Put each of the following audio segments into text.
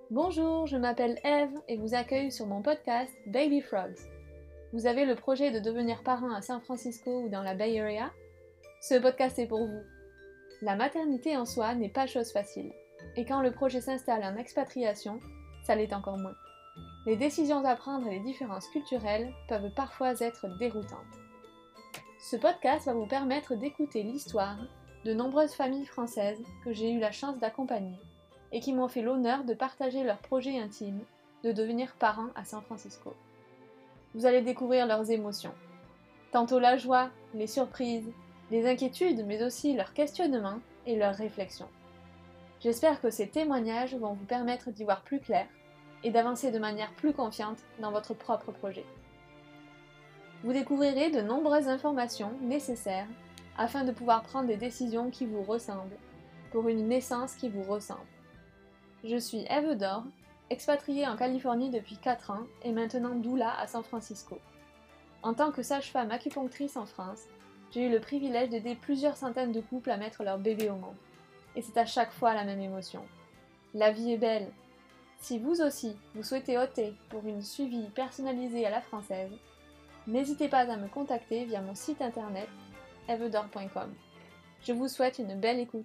Bonjour, je m'appelle Eve et vous accueille sur mon podcast Baby Frogs. Vous avez le projet de devenir parrain à San Francisco ou dans la Bay Area? Ce podcast est pour vous. La maternité en soi n'est pas chose facile, et quand le projet s'installe en expatriation, ça l'est encore moins. Les décisions à prendre et les différences culturelles peuvent parfois être déroutantes. Ce podcast va vous permettre d'écouter l'histoire de nombreuses familles françaises que j'ai eu la chance d'accompagner et qui m'ont fait l'honneur de partager leur projet intime de devenir parrain à San Francisco. Vous allez découvrir leurs émotions, tantôt la joie, les surprises, les inquiétudes, mais aussi leurs questionnements et leurs réflexions. J'espère que ces témoignages vont vous permettre d'y voir plus clair et d'avancer de manière plus confiante dans votre propre projet. Vous découvrirez de nombreuses informations nécessaires afin de pouvoir prendre des décisions qui vous ressemblent, pour une naissance qui vous ressemble. Je suis Eve Dor, expatriée en Californie depuis 4 ans et maintenant doula à San Francisco. En tant que sage-femme acupunctrice en France, j'ai eu le privilège d'aider plusieurs centaines de couples à mettre leur bébé au monde. Et c'est à chaque fois la même émotion. La vie est belle. Si vous aussi, vous souhaitez opter pour une suivi personnalisée à la française, n'hésitez pas à me contacter via mon site internet evedor.com. Je vous souhaite une belle écoute.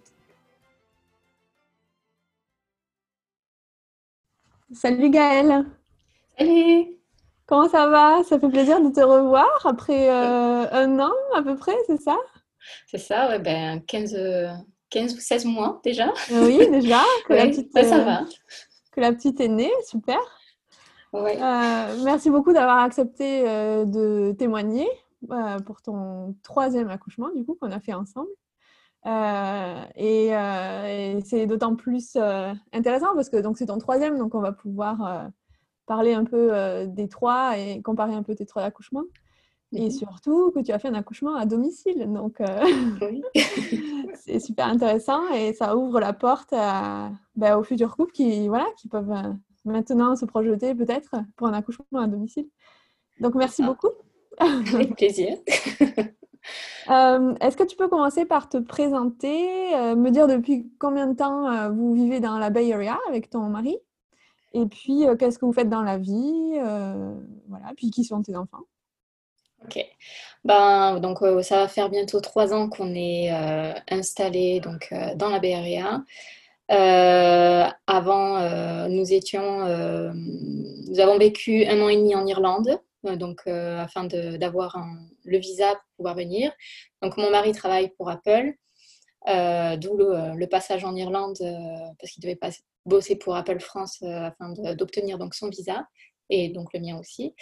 Salut Gaëlle, Salut! comment ça va? Ça fait plaisir de te revoir après un an à peu près, c'est ça? C'est ça, ouais, 15 ou 16 mois déjà. Oui, déjà, Oui, ouais, ça va. que la petite est née, super. Ouais. Merci beaucoup d'avoir accepté de témoigner pour ton troisième accouchement, du coup, qu'on a fait ensemble. Et c'est d'autant plus intéressant parce que donc, c'est ton troisième, donc on va pouvoir parler un peu des trois et comparer un peu tes trois accouchements. Et Mhm. surtout que tu as fait un accouchement à domicile. Donc, Oui. c'est super intéressant et ça ouvre la porte aux futurs couples qui peuvent maintenant se projeter peut-être pour un accouchement à domicile. Donc, C'est merci ça. beaucoup. Avec plaisir. Est-ce que tu peux commencer par te présenter, me dire depuis combien de temps vous vivez dans la Bay Area avec ton mari? Et puis, qu'est-ce que vous faites dans la vie? Voilà, puis qui sont tes enfants? Ok. Donc, ça va faire bientôt 3 ans qu'on est installé dans la Bay Area. Avant, nous avons vécu 1 an et demi en Irlande, afin d'avoir le visa pour pouvoir venir. Donc, mon mari travaille pour Apple. D'où le passage en Irlande, parce qu'il devait pas bosser pour Apple France afin d'obtenir donc son visa, et donc le mien aussi.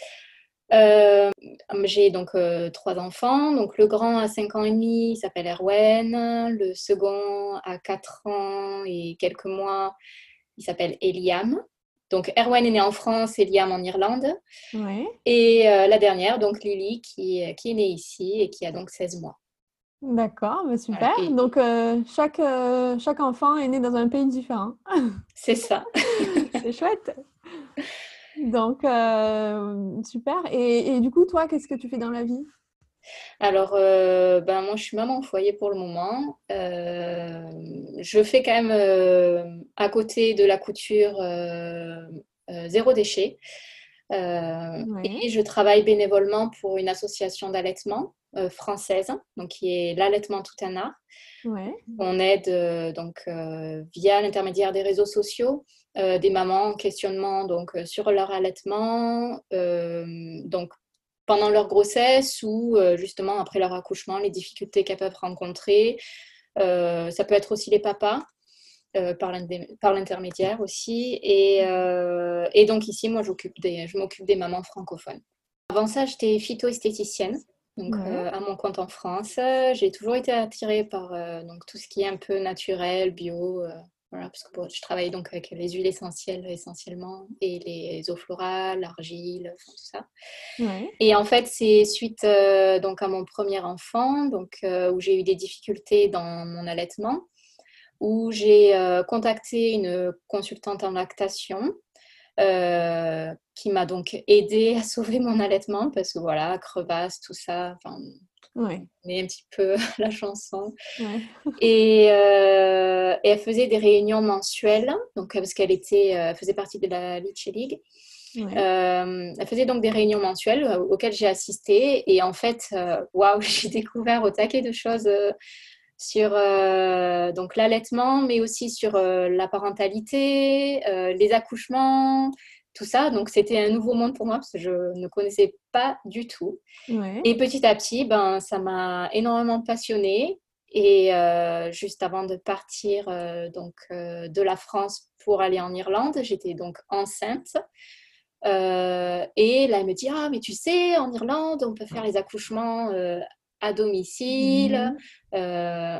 J'ai donc 3 enfants. Donc le grand a 5 ans et demi, il s'appelle Erwen. Le second a 4 ans et quelques mois, il s'appelle Eliam. Donc Erwen est né en France et Liam en Irlande. Ouais. Et la dernière, donc Lily, qui est née ici et qui a donc 16 mois. D'accord, bah, Voilà, super. et Donc, chaque enfant est né dans un pays différent. c'est ça. C'est chouette. Donc, super. Et du coup, toi, qu'est-ce que tu fais dans la vie? Alors, moi, je suis maman au foyer pour le moment. Je fais quand même, à côté de la couture, zéro déchet. Ouais, Et je travaille bénévolement pour une association d'allaitement française, donc qui est l'allaitement tout un art. ouais. On aide via l'intermédiaire des réseaux sociaux des mamans en questionnement sur leur allaitement, donc pendant leur grossesse ou justement après leur accouchement, les difficultés qu'elles peuvent rencontrer. Ça peut être aussi les papas par l'intermédiaire aussi. Et donc ici, moi, je m'occupe des mamans francophones. Avant ça, j'étais phytoesthéticienne, donc Ouais. à mon compte en France. J'ai toujours été attirée par donc tout ce qui est un peu naturel, bio. Voilà, parce que je travaille donc avec les huiles essentielles essentiellement et les eaux florales, l'argile, enfin, tout ça. Ouais. Et en fait, c'est suite donc à mon premier enfant, où j'ai eu des difficultés dans mon allaitement, où j'ai contacté une consultante en lactation qui m'a donc aidée à sauver mon allaitement parce que voilà, crevasse, tout ça, enfin, Ouais. Mais un petit peu la chanson. Ouais. Et elle faisait des réunions mensuelles, donc, parce qu'elle faisait partie de la Litchi League. Ouais. Elle faisait donc des réunions mensuelles auxquelles j'ai assisté. Et en fait, waouh, j'ai découvert au taquet de choses sur donc l'allaitement, mais aussi sur la parentalité, les accouchements, tout ça. Donc c'était un nouveau monde pour moi parce que je ne connaissais pas du tout. Ouais. Et petit à petit, ben, ça m'a énormément passionnée. Et juste avant de partir de la France pour aller en Irlande, j'étais donc enceinte. Et là, elle me dit, ah, mais tu sais, en Irlande, on peut faire les accouchements à domicile. Mhm. euh,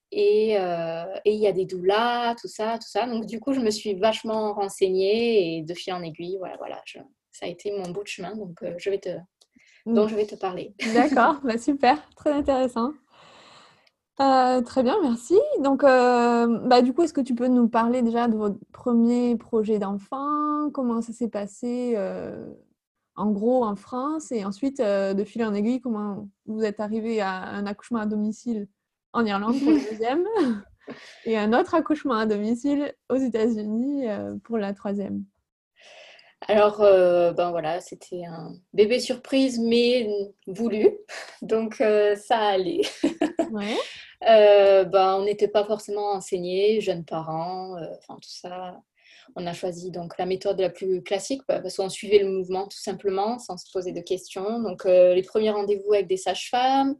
et il y a des doulas, tout ça, tout ça. Donc, du coup, je me suis vachement renseignée et de fil en aiguille, voilà, ça a été mon bout de chemin. Donc, dont Mm. je vais te parler. D'accord, bah super, très intéressant. Très bien, merci. Donc, bah, du coup, est-ce que tu peux nous parler déjà de votre premier projet d'enfant? Comment ça s'est passé en gros en France? Et ensuite, de fil en aiguille, comment vous êtes arrivé à un accouchement à domicile en Irlande pour le deuxième et un autre accouchement à domicile aux États-Unis pour la troisième? Alors, ben voilà, c'était un bébé surprise, mais voulu. Donc, ça allait. Ouais, Ben, on n'était pas forcément enseignés, jeunes parents, enfin tout ça. On a choisi donc la méthode la plus classique parce qu'on suivait le mouvement tout simplement, sans se poser de questions. Donc, les premiers rendez-vous avec des sages-femmes.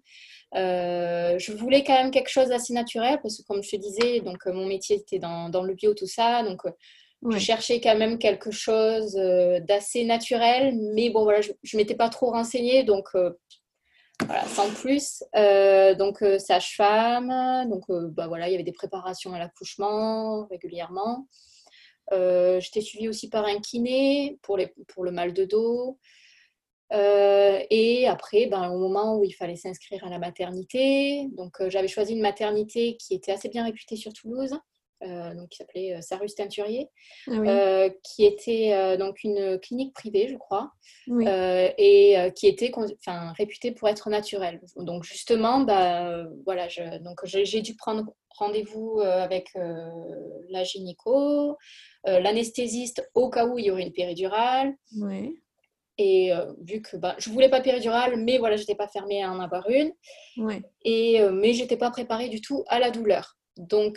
Je voulais quand même quelque chose d'assez naturel parce que, comme je te disais, donc, mon métier était dans le bio, tout ça. Donc, je ouais, cherchais quand même quelque chose d'assez naturel, mais bon, voilà, je ne m'étais pas trop renseignée, donc voilà, sans plus. Donc, sage-femme, donc bah, voilà, il y avait des préparations à l'accouchement régulièrement. J'étais suivie aussi par un kiné pour le mal de dos. Et après, ben, au moment où il fallait s'inscrire à la maternité, donc j'avais choisi une maternité qui était assez bien réputée sur Toulouse, donc qui s'appelait Sarus Teinturier, ah oui, qui était donc une clinique privée, je crois, oui, et qui était réputée pour être naturelle. Donc justement, bah, voilà, donc j'ai dû prendre rendez-vous avec la gynéco, l'anesthésiste au cas où il y aurait une péridurale. ouais, Et vu que bah, je voulais pas péridurale, mais voilà, j'étais pas fermée à en avoir une. ouais. Mais j'étais pas préparée du tout à la douleur. Donc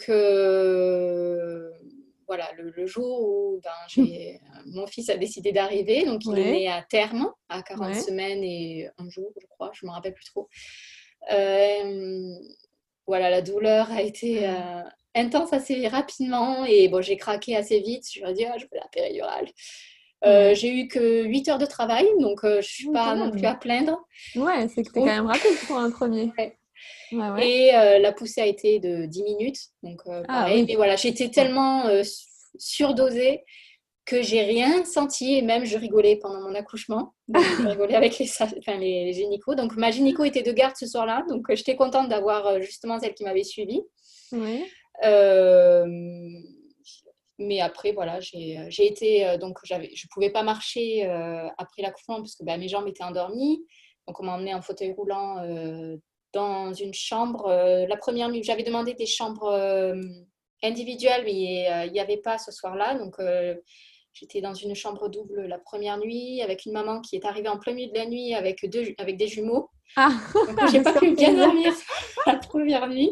voilà, le jour où ben, mon fils a décidé d'arriver, donc il est Ouais, né à terme, à 40 ouais. semaines et un jour, je crois, je me rappelle plus trop. Euh, voilà, la douleur a été intense assez rapidement et bon, j'ai craqué assez vite. Je me suis dit, ah, je veux la péridurale. Ouais. J'ai eu que 8 heures de travail, donc je ne suis Quand pas non plus même. à plaindre. Ouais, c'est que t'es quand Trop. même rapide pour un premier. Ouais. Ouais, ouais. Et la poussée a été de 10 minutes, donc Ah pareil. oui. Mais voilà, j'étais Ouais. tellement surdosée que j'ai rien senti et même je rigolais pendant mon accouchement. Donc je rigolais avec les gynécos. Donc ma gynéco était de garde ce soir-là, donc j'étais contente d'avoir justement celle qui m'avait suivie. Ouais. Euh, mais après, voilà, j'ai été. Donc, je ne pouvais pas marcher après l'accouchement parce que bah, mes jambes étaient endormies. Donc, on m'a emmenée en fauteuil roulant dans une chambre. La première nuit, j'avais demandé des chambres individuelles, mais il n'y avait pas ce soir-là. Donc, j'étais dans une chambre double la première nuit avec une maman qui est arrivée en plein milieu de la nuit avec des jumeaux. Ah, Donc, j'ai pas pu bien surprise. dormir la première nuit.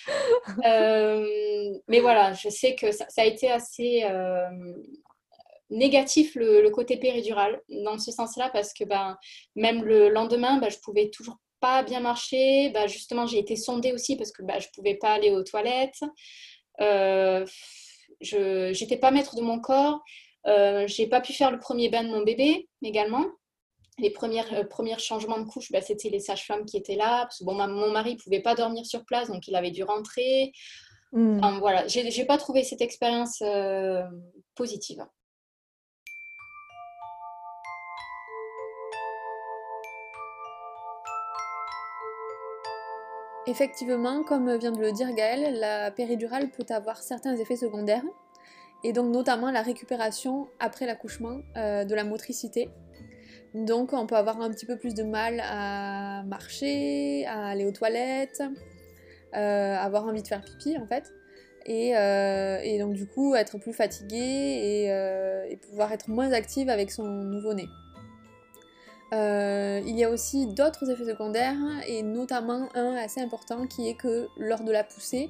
Mais voilà, je sais que ça a été assez négatif le côté péridural dans ce sens-là parce que ben, même le lendemain, ben, je pouvais toujours pas bien marcher. Ben, justement, j'ai été sondée aussi parce que ben, je pouvais pas aller aux toilettes. Euh, je n'étais pas maître de mon corps. J'ai pas pu faire le premier bain de mon bébé également. Les premiers changements de couche, ben, c'était les sages-femmes qui étaient là. Parce que bon, mon mari ne pouvait pas dormir sur place, donc il avait dû rentrer. Hmm. Enfin, voilà, j'ai pas trouvé cette expérience positive. Effectivement, comme vient de le dire Gaëlle, la péridurale peut avoir certains effets secondaires, et donc notamment la récupération après l'accouchement de la motricité. Donc on peut avoir un petit peu plus de mal à marcher, à aller aux toilettes, avoir envie de faire pipi en fait. Et donc du coup être plus fatiguée et pouvoir être moins active avec son nouveau-né. Il y a aussi d'autres effets secondaires et notamment un assez important qui est que lors de la poussée,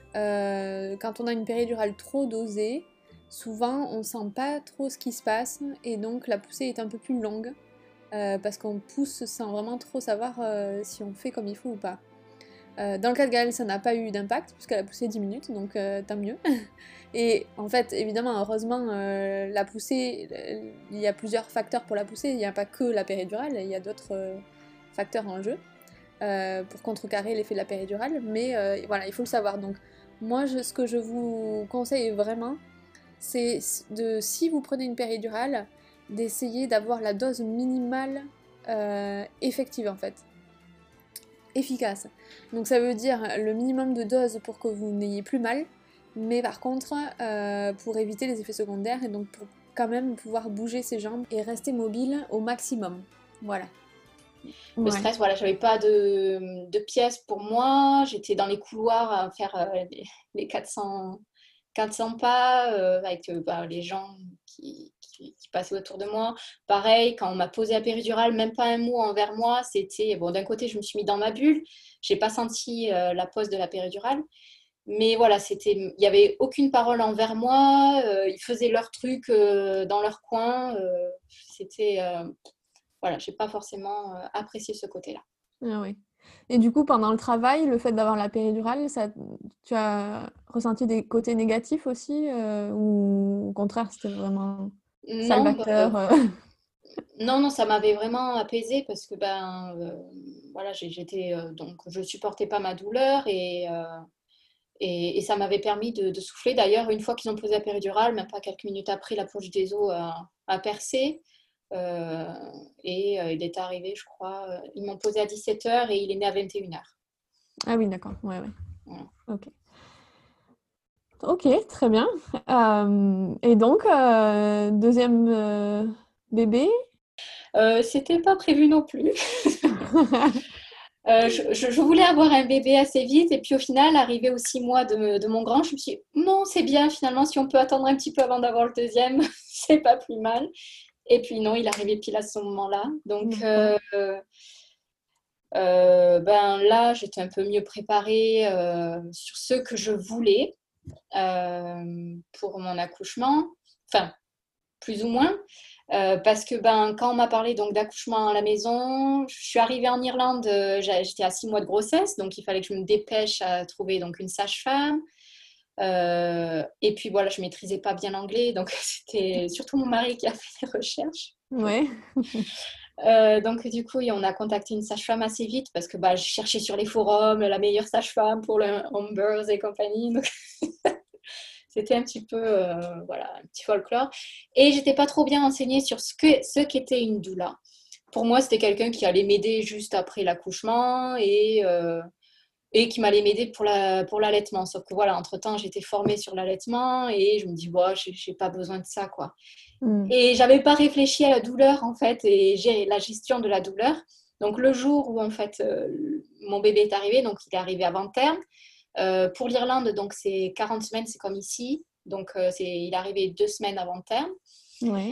quand on a une péridurale trop dosée, souvent on sent pas trop ce qui se passe et donc la poussée est un peu plus longue parce qu'on pousse sans vraiment trop savoir si on fait comme il faut ou pas. Dans le cas de Gaëlle, ça n'a pas eu d'impact puisqu'elle a poussé 10 minutes, donc tant mieux. Et en fait, évidemment, heureusement, la poussée, il y a plusieurs facteurs pour la poussée, il n'y a pas que la péridurale, il y a d'autres facteurs en jeu pour contrecarrer l'effet de la péridurale, mais voilà, il faut le savoir. Donc moi, ce que je vous conseille vraiment, c'est si vous prenez une péridurale, d'essayer d'avoir la dose minimale effective en fait. Efficace. Donc ça veut dire le minimum de dose pour que vous n'ayez plus mal, mais par contre pour éviter les effets secondaires et donc pour quand même pouvoir bouger ses jambes et rester mobile au maximum. Voilà. Le stress, voilà, j'avais pas de pièces pour moi, j'étais dans les couloirs à faire les 400 pas avec les gens qui passaient autour de moi. Pareil, quand on m'a posé la péridurale, même pas un mot envers moi, c'était... Bon, d'un côté, je me suis mis dans ma bulle, j'ai pas senti la pose de la péridurale, mais voilà, il n'y avait aucune parole envers moi, ils faisaient leur truc dans leur coin, c'était... voilà, j'ai pas forcément apprécié ce côté-là. Ah ouais. Et du coup, pendant le travail, le fait d'avoir la péridurale, tu as ressenti des côtés négatifs aussi ou au contraire, c'était vraiment Non, salvateur non, ça m'avait vraiment apaisée parce que voilà, j'étais donc je supportais pas ma douleur et ça m'avait permis de souffler. D'ailleurs, une fois qu'ils ont posé la péridurale, même pas quelques minutes après, la poche des os a percé. Il est arrivé, je crois, ils m'ont posé à 17h et il est né à 21h. Ah oui, d'accord. Ouais, ouais. Voilà. Ok. Ok, très bien. Et donc, deuxième bébé? C'était pas prévu non plus. Je voulais avoir un bébé assez vite et puis au final, arrivé aux 6 mois de mon grand, je me suis dit non, c'est bien finalement, si on peut attendre un petit peu avant d'avoir le deuxième, c'est pas plus mal. Et puis non, il est arrivé pile à ce moment-là. Donc là, j'étais un peu mieux préparée sur ce que je voulais pour mon accouchement, enfin plus ou moins. Parce que quand on m'a parlé donc d'accouchement à la maison, je suis arrivée en Irlande, j'étais à 6 mois de grossesse, donc il fallait que je me dépêche à trouver donc une sage-femme. Et puis voilà, je maîtrisais pas bien l'anglais, donc c'était surtout mon mari qui a fait les recherches. Ouais. Donc du coup, on a contacté une sage-femme assez vite parce que je cherchais sur les forums la meilleure sage-femme pour le home birth et compagnie. Donc c'était un petit peu, voilà, un petit folklore. Et j'étais pas trop bien renseignée sur ce qu'était une doula. Pour moi, c'était quelqu'un qui allait m'aider juste après l'accouchement et qui m'allait m'aider pour l'allaitement. Sauf que voilà, entre-temps, j'étais formée sur l'allaitement et je me dis, j'ai pas besoin de ça, quoi. Et j'avais pas réfléchi à la douleur, en fait, et la gestion de la douleur. Donc, le jour où, en fait, mon bébé est arrivé, donc il est arrivé avant terme, pour l'Irlande, donc c'est 40 semaines, c'est comme ici. Donc, il est arrivé 2 semaines avant terme. Ouais.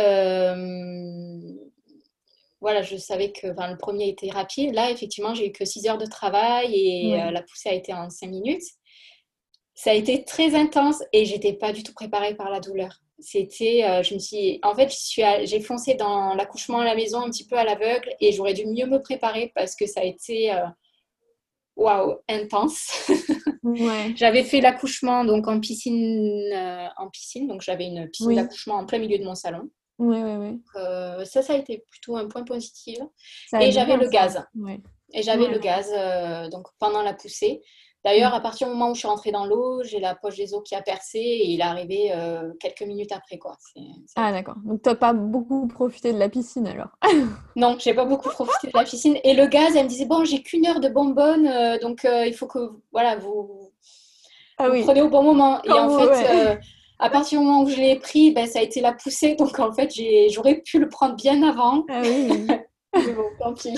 Voilà, je savais que le premier était rapide. Là, effectivement, j'ai eu que 6 heures de travail et Ouais. la poussée a été en 5 minutes. Ça a été très intense et j'étais pas du tout préparée par la douleur. En fait, j'ai foncé dans l'accouchement à la maison un petit peu à l'aveugle et j'aurais dû mieux me préparer parce que ça a été waouh, intense. Ouais. J'avais fait l'accouchement donc en piscine, donc j'avais une piscine Oui. d'accouchement en plein milieu de mon salon. Ouais. Ça a été plutôt un point positif. Ça Et aide j'avais bien le ça. gaz. Ouais. Et j'avais le Ouais. gaz donc pendant la poussée. D'ailleurs, à partir du moment où je suis rentrée dans l'eau, j'ai la poche des os qui a percé et il est arrivé quelques minutes après, quoi. Ah d'accord. Donc t'as pas beaucoup profité de la piscine alors. Non, j'ai pas beaucoup profité de la piscine. Et le gaz, elle me disait, bon, j'ai qu'une heure de bonbonne, donc il faut que voilà, Ah vous oui. prenez au bon moment. Et Comme en vous, fait, ouais. À partir du moment où je l'ai pris, ben, ça a été la poussée. Donc, en fait, j'aurais pu le prendre bien avant. Ah oui, oui. Mais bon, tant pis.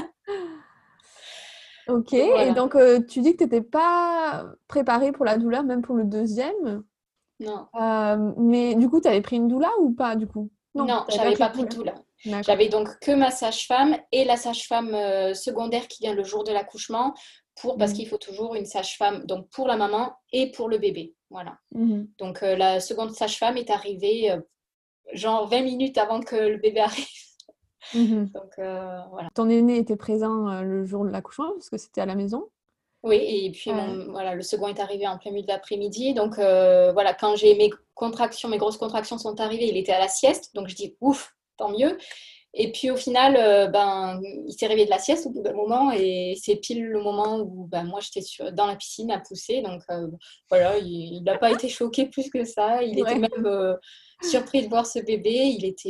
Ok, Donc, et voilà. donc tu dis que tu n'étais pas préparée pour la douleur, même pour le deuxième. Non. Mais du coup, tu avais pris une doula ou pas, du coup? Non, Non, tu n'avais pas j'avais pris pas de pris doula. de doula. D'accord. J'avais donc que ma sage-femme et la sage-femme secondaire qui vient le jour de l'accouchement parce Mhm. qu'il faut toujours une sage-femme donc pour la maman et pour le bébé. Voilà. Mhm. Donc la seconde sage-femme est arrivée genre 20 minutes avant que le bébé arrive. Mhm. Donc voilà. Ton aîné était présent le jour de l'accouchement, parce que c'était à la maison. Oui, et puis Euh, voilà, le second est arrivé en plein milieu de l'après-midi. Donc voilà, quand mes contractions, mes grosses contractions sont arrivées, il était à la sieste. Donc je dis ouf, tant mieux. Et puis au final, il s'est réveillé de la sieste au bout d'un moment et c'est pile le moment où moi j'étais dans la piscine à pousser. Donc voilà, il n'a pas été choqué plus que ça. Il était ouais, même surpris de voir ce bébé. Il était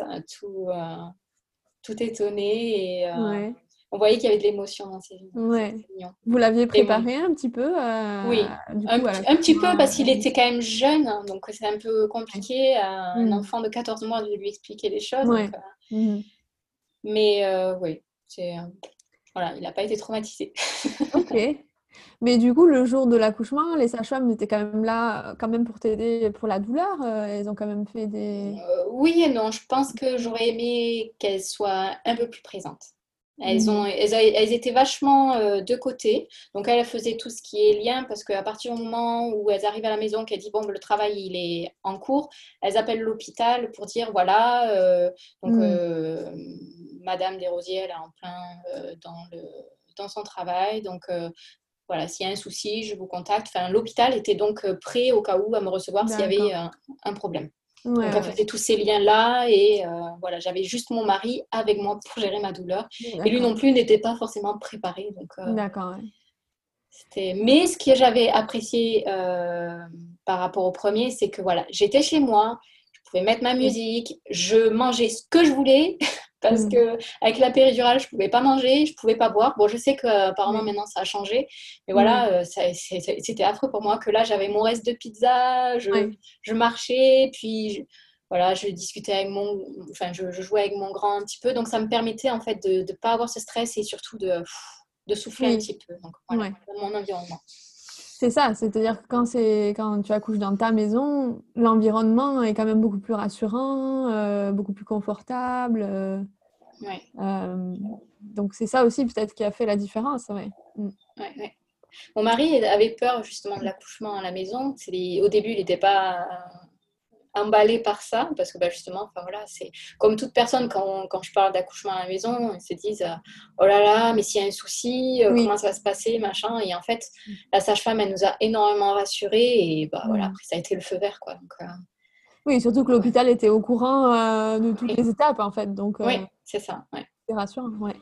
tout étonné et ouais, on voyait qu'il y avait de l'émotion dans ses yeux. Donc ouais. c'était mignon. Vous l'aviez Et bon, préparé un petit peu, oui, du coup, à un petit peu l'accouchement parce à qu'il la était maison. quand même jeune. Donc c'est un peu Ouais. compliqué à un Mhm. enfant de 14 mois de lui expliquer les choses. Donc, Ouais. Mhm. mais oui, voilà, il n'a pas été traumatisé. Ok. Mais du coup, le jour de l'accouchement, les sages-femmes étaient quand même là, quand même pour t'aider pour la douleur. Elles ont quand même fait des... Oui et non, je pense que j'aurais aimé qu'elles soient un peu plus présentes. Mhm. Elles étaient vachement de côté, donc elles faisaient tout ce qui est lien, parce qu'à partir du moment où elles arrivent à la maison, qu'elles disent bon, le travail il est en cours, elles appellent l'hôpital pour dire voilà, donc Mhm. Madame Desrosiers, elle est en plein dans son travail, donc voilà, s'il y a un souci, je vous contacte. Enfin, l'hôpital était donc prêt au cas où à me recevoir s'il y avait D'accord. un problème. Ouais, Donc, ouais, elle ouais. faisait tous ces liens-là et voilà, j'avais juste mon mari avec moi pour gérer ma douleur. Et lui D'accord. non plus n'était pas forcément préparé. Donc, D'accord, ouais. c'était... Mais ce que j'avais apprécié par rapport au premier, c'est que voilà, j'étais chez moi, je pouvais mettre ma Oui. musique, je mangeais ce que je voulais. Parce Mhm. que avec la péridurale, je pouvais pas manger, je pouvais pas boire. Bon, je sais que apparemment Oui. maintenant ça a changé, mais Oui. voilà, c'était affreux pour moi que là j'avais mon reste de pizza, Ouais. je marchais, puis voilà, je discutais avec enfin je jouais avec mon grand un petit peu, donc ça me permettait en fait de ne pas avoir ce stress et surtout de souffler un Oui. petit peu. Donc voilà, Ouais. dans mon environnement. C'est ça, c'est-à-dire que quand tu accouches dans ta maison, l'environnement est quand même beaucoup plus rassurant, beaucoup plus confortable. Ouais, Euh, donc c'est ça aussi peut-être qui a fait la différence, ouais. Mm. ouais, ouais. Mon mari avait peur justement de l'accouchement à la maison. Au début, il n'était pas emballé par ça, parce que justement, enfin, voilà, c'est comme toute personne, quand je parle d'accouchement à la maison, ils se disent oh là là, mais s'il y a un souci, Oui. comment ça va se passer, machin. Et en fait, la sage-femme, elle nous a énormément rassurés, et voilà, Mm. après, ça a été le feu vert, quoi. Donc, Oui, surtout que ouais. l'hôpital était au courant de toutes Oui, les étapes en fait, donc oui, c'est ça. Ouais. c'est rassurant, ouais.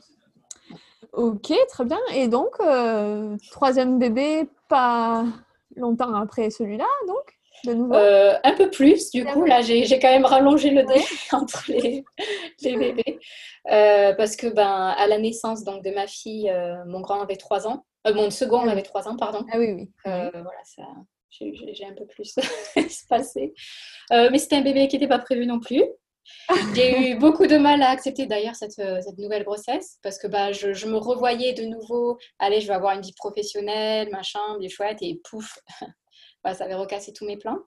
Ok, très bien. Et donc, troisième bébé, pas longtemps après celui-là, donc, de nouveau. Un peu plus, du coup, là, j'ai quand même rallongé le délai Ouais. entre les bébés. Parce que à la naissance donc, de ma fille, mon grand avait 3 ans. Mon second Ah avait oui, 3 ans, pardon. ah oui, oui. Ouais. Voilà, j'ai un peu plus espacé. Mais c'était un bébé qui n'était pas prévu non plus. J'ai eu beaucoup de mal à accepter d'ailleurs cette nouvelle grossesse parce que je me revoyais de nouveau, allez, je vais avoir une vie professionnelle, machin, bien chouette, et pouf, ça avait recassé tous mes plans.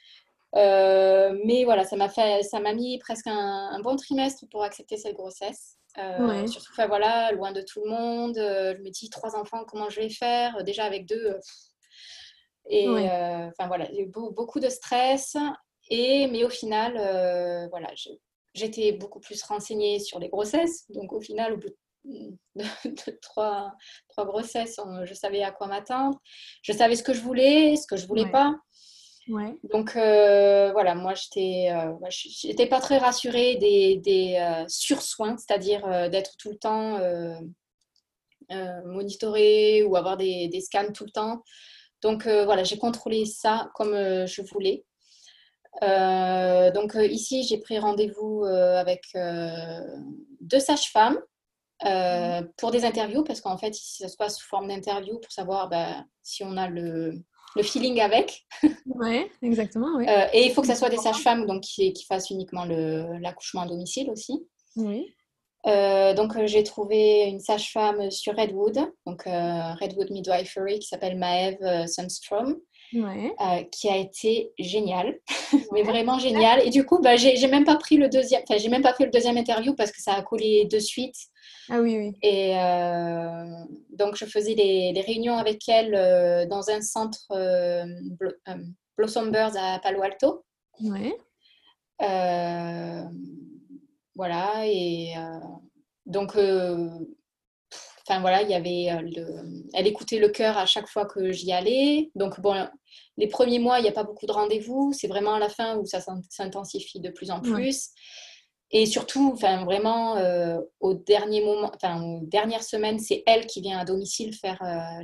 Mais voilà, ça m'a mis presque un bon trimestre pour accepter cette grossesse. Ouais. Surtout, enfin, voilà, loin de tout le monde. Je me dis, 3 enfants, comment je vais faire? Déjà avec deux. Et Ouais. enfin voilà, il y a eu beaucoup de stress. Mais au final, voilà, j'étais beaucoup plus renseignée sur les grossesses. Donc au final, au bout de trois grossesses, je savais à quoi m'attendre. Je savais ce que je voulais, ce que je voulais Ouais. pas. Ouais. Donc voilà, moi j'étais pas très rassurée des sursoins, c'est-à-dire d'être tout le temps monitorée ou avoir des scans tout le temps. Donc voilà, j'ai contrôlé ça comme je voulais. Donc ici, j'ai pris rendez-vous avec 2 sages-femmes pour des interviews, parce qu'en fait, ici, ça se passe sous forme d'interview pour savoir si on a le feeling avec. Ouais, exactement, oui. Et il faut que ça soit des sages-femmes donc qui fassent uniquement l'accouchement à domicile aussi. Oui, Donc, j'ai trouvé une sage-femme sur Redwood, donc Redwood Midwifery, qui s'appelle Maëve Sundstrom, ouais, qui a été géniale, mais ouais, vraiment super. géniale. Et du coup, bah, j'ai même pas pris le deuxième, enfin, j'ai même pas fait le deuxième interview parce que ça a collé de suite. Ah oui, oui. Et donc, je faisais les réunions avec elle dans un centre Blossom Birds à Palo Alto. Ouais, Euh, voilà, et donc, enfin voilà, il y avait elle écoutait le cœur à chaque fois que j'y allais. Donc bon, les premiers mois, il n'y a pas beaucoup de rendez-vous. C'est vraiment à la fin où ça s'intensifie de plus en ouais. plus. Et surtout, enfin vraiment, au dernier moment, enfin aux dernières semaines, c'est elle qui vient à domicile faire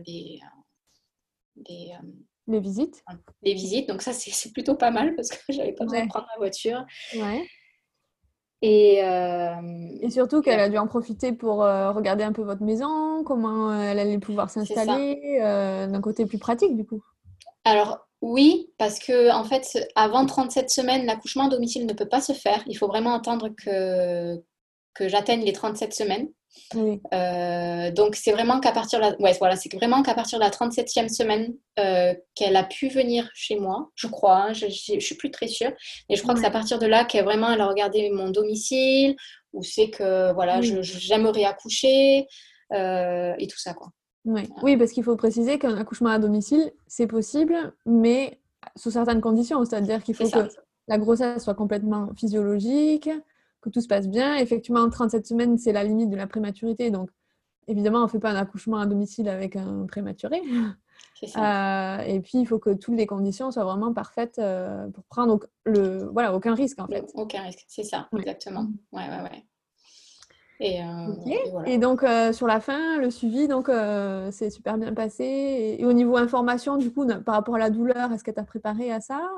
les, Les visites? les visites. Donc ça, c'est plutôt pas mal parce que j'avais pas besoin de Ouais, prendre ma voiture. ouais. Et, Et surtout qu'elle a dû en profiter pour regarder un peu votre maison, comment elle allait pouvoir c'est ça. s'installer, d'un côté plus pratique du coup. Alors oui, parce que en fait, avant 37 semaines, l'accouchement à domicile ne peut pas se faire. Il faut vraiment attendre que j'atteigne les 37 semaines. Oui, Donc c'est vraiment qu'à partir de la... ouais, voilà, c'est vraiment qu'à partir de la 37e semaine qu'elle a pu venir chez moi, je crois, hein, je suis plus très sûre, mais je crois que c'est à ouais, partir de là qu'elle vraiment elle a regardé mon domicile, où c'est que voilà, oui. j'aimerais accoucher et tout ça quoi. Ouais. Oui, parce qu'il faut préciser qu'un accouchement à domicile, c'est possible, mais sous certaines conditions. C'est-à-dire qu'il C'est faut ça. que la grossesse soit complètement physiologique, que tout se passe bien. Effectivement, 37 semaines, c'est la limite de la prématurité. Donc, évidemment, on ne fait pas un accouchement à domicile avec un prématuré. C'est ça. Et puis, il faut que toutes les conditions soient vraiment parfaites pour prendre voilà, aucun risque, en fait. Aucun risque, c'est ça, Ouais. exactement. Ouais, ouais, ouais. Et, Ok. voilà. Et donc, sur la fin, le suivi, donc, c'est super bien passé. Et au niveau information, du coup, par rapport à la douleur, est-ce que tu as préparé à ça?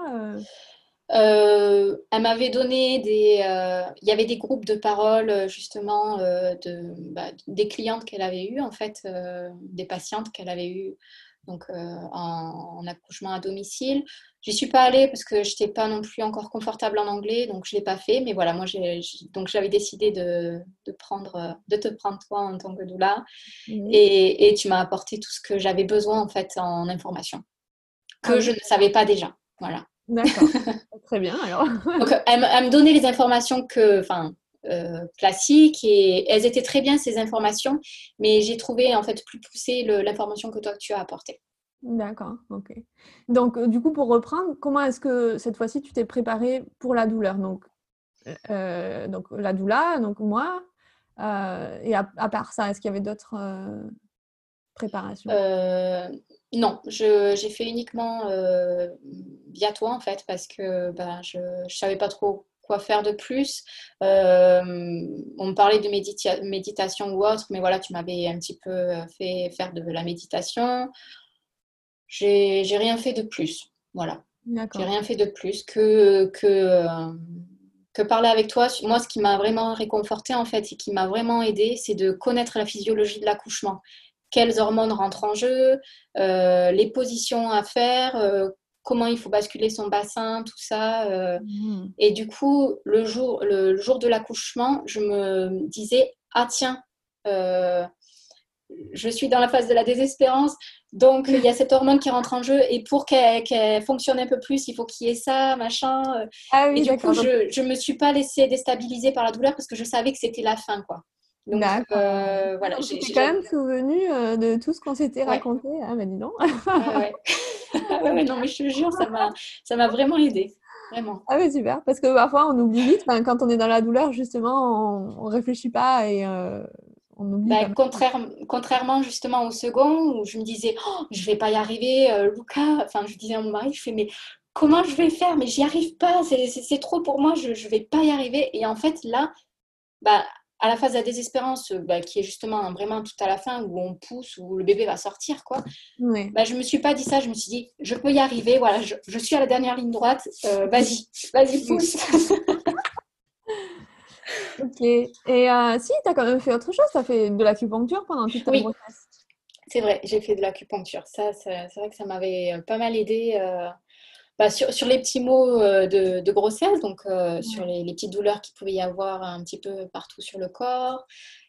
Elle m'avait donné il y avait des groupes de parole justement des clientes qu'elle avait eues en fait, des patientes qu'elle avait eues donc en accouchement à domicile. J'y suis pas allée parce que je n'étais pas non plus encore confortable en anglais, donc je l'ai pas fait. Mais voilà, moi donc j'avais décidé de te prendre toi en tant que doula Oui. et tu m'as apporté tout ce que j'avais besoin en fait en information Ah que je oui, ne savais pas déjà. Voilà. d'accord. Très bien, alors. Donc, elle me donnait les informations classiques et elles étaient très bien ces informations, mais j'ai trouvé en fait plus poussée l'information que toi tu as apportée. D'accord, ok. Donc, du coup, pour reprendre, comment est-ce que cette fois-ci, tu t'es préparée pour la douleur? Donc la doula, donc moi, et à part ça, est-ce qu'il y avait d'autres préparations? Euh, non, j'ai fait uniquement via toi en fait parce que ben, je ne savais pas trop quoi faire de plus. On me parlait de méditation ou autre, mais voilà, tu m'avais un petit peu fait faire de la méditation. J'ai rien fait de plus. Voilà. J'ai D'accord. rien fait de plus que parler avec toi. Moi, ce qui m'a vraiment réconfortée, en fait, et qui m'a vraiment aidée, c'est de connaître la physiologie de l'accouchement. Quelles hormones rentrent en jeu, les positions à faire, comment il faut basculer son bassin, tout ça. Mhm. Et du coup, le jour de l'accouchement, je me disais, ah tiens, euh, je suis dans la phase de la désespérance. Donc, il y a cette hormone qui rentre en jeu. Et pour qu'elle fonctionne un peu plus, il faut qu'il y ait ça, machin. Ah Et oui, du coup, d'accord. Donc, je ne me suis pas laissée déstabiliser par la douleur parce que je savais que c'était la fin, quoi. Donc, d'accord. Ah, voilà. donc tu t'es quand même souvenu de tout ce qu'on s'était Ouais, raconté. Ah, ben dis donc. ouais, ouais. Ouais, ouais, non, mais je te jure, ça m'a vraiment aidée. Vraiment. Ah, mais super. Parce que parfois, on oublie vite. Enfin, quand on est dans la douleur, justement, on réfléchit pas et on oublie pas Ben, mal. contrairement justement au second où je me disais oh, je vais pas y arriver Lucas, enfin je disais à mon mari, je fais mais comment je vais faire, mais j'y arrive pas, c'est trop pour moi, je vais pas y arriver. Et en fait là, bah, à la phase de la désespérance bah, qui est justement vraiment tout à la fin où on pousse, où le bébé va sortir quoi, Ouais. bah, je me suis pas dit ça, je me suis dit je peux y arriver, voilà, je suis à la dernière ligne droite, vas-y Oui. pousse. Ok. Et si, tu as quand même fait autre chose. Tu as fait de l'acupuncture pendant toute ta Oui, grossesse. c'est vrai, j'ai fait de l'acupuncture. Ça, c'est vrai que ça m'avait pas mal aidé sur les petits maux de grossesse, donc sur Ouais. les petites douleurs qu'il pouvait y avoir un petit peu partout sur le corps,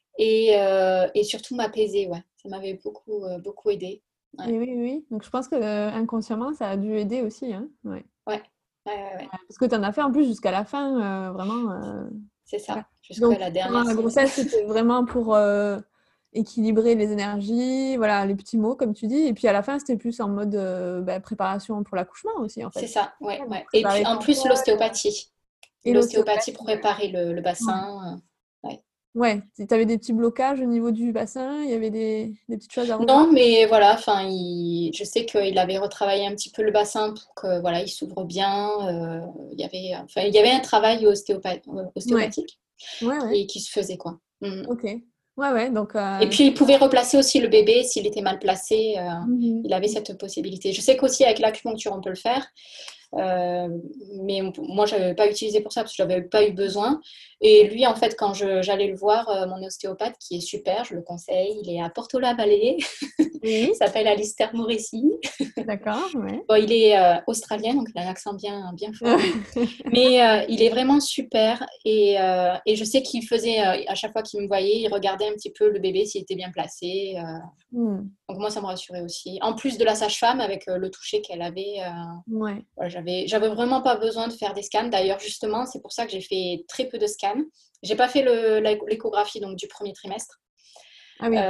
et surtout m'apaiser, ouais. Ça m'avait beaucoup aidé. Ouais, Et oui, oui, oui. Donc je pense que inconsciemment, ça a dû aider aussi, hein. Ouais. ouais, ouais, ouais, ouais. Parce que tu en as fait en plus jusqu'à la fin, vraiment. C'est Ouais. ça, jusqu'à Donc la pendant dernière la semaine. grossesse, c'était vraiment pour équilibrer les énergies, voilà, les petits mots, comme tu dis. Et puis à la fin, c'était plus en mode préparation pour l'accouchement aussi, en C'est fait. ça, ouais, Ouais, donc ouais. Et puis préparer en ton plus, corps l'ostéopathie. et L'ostéopathie l'ostéopathie. pour Ouais. préparer le Ouais. bassin. Ouais. Ouais. Tu avais des petits blocages au niveau du bassin, il y avait des petites choses à revoir. Non, mais voilà, enfin, je sais qu'il avait retravaillé un petit peu le bassin pour que voilà, il s'ouvre bien. Il y avait un travail Ouais, ostéopathique ouais, ouais. qui se faisait, quoi. Mm. Ok. Ouais, ouais. Donc, Et puis, il pouvait replacer aussi le bébé s'il était mal placé. mhm. Il avait cette possibilité. Je sais qu'aussi avec l'acupuncture, on peut le faire. Euh, mais moi, je n'avais pas utilisé pour ça parce que je n'avais pas eu besoin. Et lui, en fait, quand j'allais le voir, mon ostéopathe, qui est super, je le conseille, il est à Porto-la-Vallée, il Oui, s'appelle Alistair Moressi. d'accord, ouais. Bon, il est australien, donc il a un accent bien fort. Mais il est vraiment super. Et je sais qu'il faisait, à chaque fois qu'il me voyait, il regardait un petit peu le bébé s'il était bien placé. Hmm. Donc moi, ça me rassurait aussi. En plus de la sage-femme, avec le toucher qu'elle avait, Ouais. voilà, j'avais vraiment pas besoin de faire des scans. D'ailleurs, justement, c'est pour ça que j'ai fait très peu de scans. J'ai pas fait l'échographie donc du premier trimestre. Ah oui.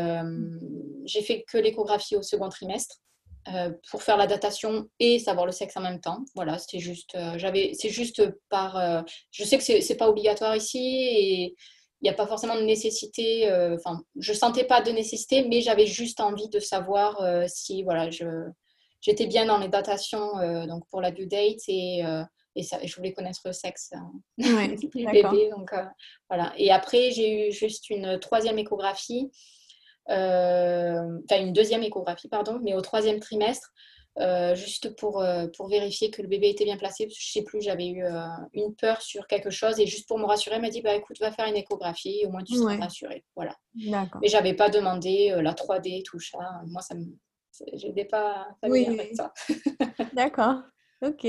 J'ai fait que l'échographie au second trimestre pour faire la datation et savoir le sexe en même temps. Voilà, c'était juste, c'est juste par. Je sais que c'est pas obligatoire ici et il n'y a pas forcément de nécessité. Enfin, je sentais pas de nécessité, mais j'avais juste envie de savoir si voilà, j'étais bien dans les datations donc pour la due date et je voulais connaître le sexe Ouais, du d'accord. bébé. Donc voilà. Et après, j'ai eu juste une troisième échographie, enfin une deuxième échographie, pardon, mais au troisième trimestre, juste pour vérifier que le bébé était bien placé, parce que je sais plus, j'avais eu une peur sur quelque chose, et juste pour me rassurer, elle m'a dit, bah écoute, va faire une échographie, au moins tu seras Ouais, rassurée. Voilà. d'accord. Mais j'avais pas demandé la 3D, tout ça. Moi, j'étais pas Oui, familière avec oui. ça. D'accord. Ok.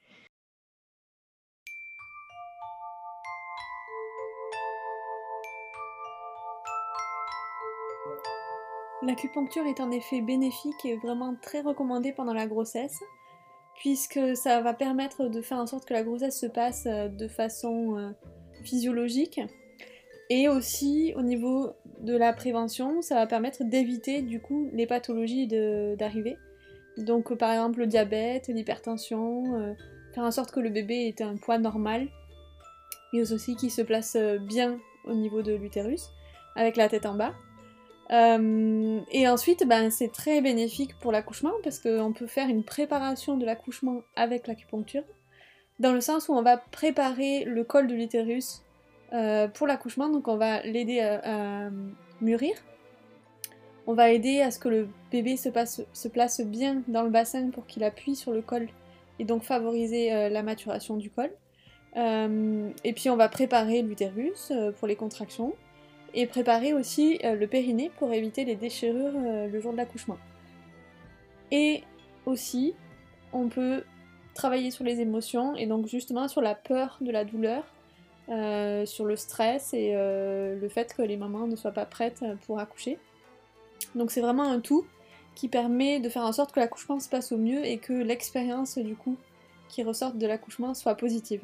L'acupuncture est en effet bénéfique et vraiment très recommandée pendant la grossesse, puisque ça va permettre de faire en sorte que la grossesse se passe de façon physiologique. Et aussi au niveau de la prévention, ça va permettre d'éviter du coup les pathologies d'arrivée. Donc par exemple le diabète, l'hypertension, faire en sorte que le bébé ait un poids normal, et aussi qu'il se place bien au niveau de l'utérus, avec la tête en bas. Et ensuite, ben, c'est très bénéfique pour l'accouchement parce qu'on peut faire une préparation de l'accouchement avec l'acupuncture, dans le sens où on va préparer le col de l'utérus pour l'accouchement, donc on va l'aider à mûrir, on va aider à ce que le bébé se place bien dans le bassin pour qu'il appuie sur le col et donc favoriser la maturation du col. Et puis on va préparer l'utérus pour les contractions et préparer aussi le périnée pour éviter les déchirures le jour de l'accouchement. Et aussi, on peut travailler sur les émotions et donc justement sur la peur de la douleur, sur le stress et le fait que les mamans ne soient pas prêtes pour accoucher. Donc c'est vraiment un tout qui permet de faire en sorte que l'accouchement se passe au mieux et que l'expérience du coup qui ressorte de l'accouchement soit positive.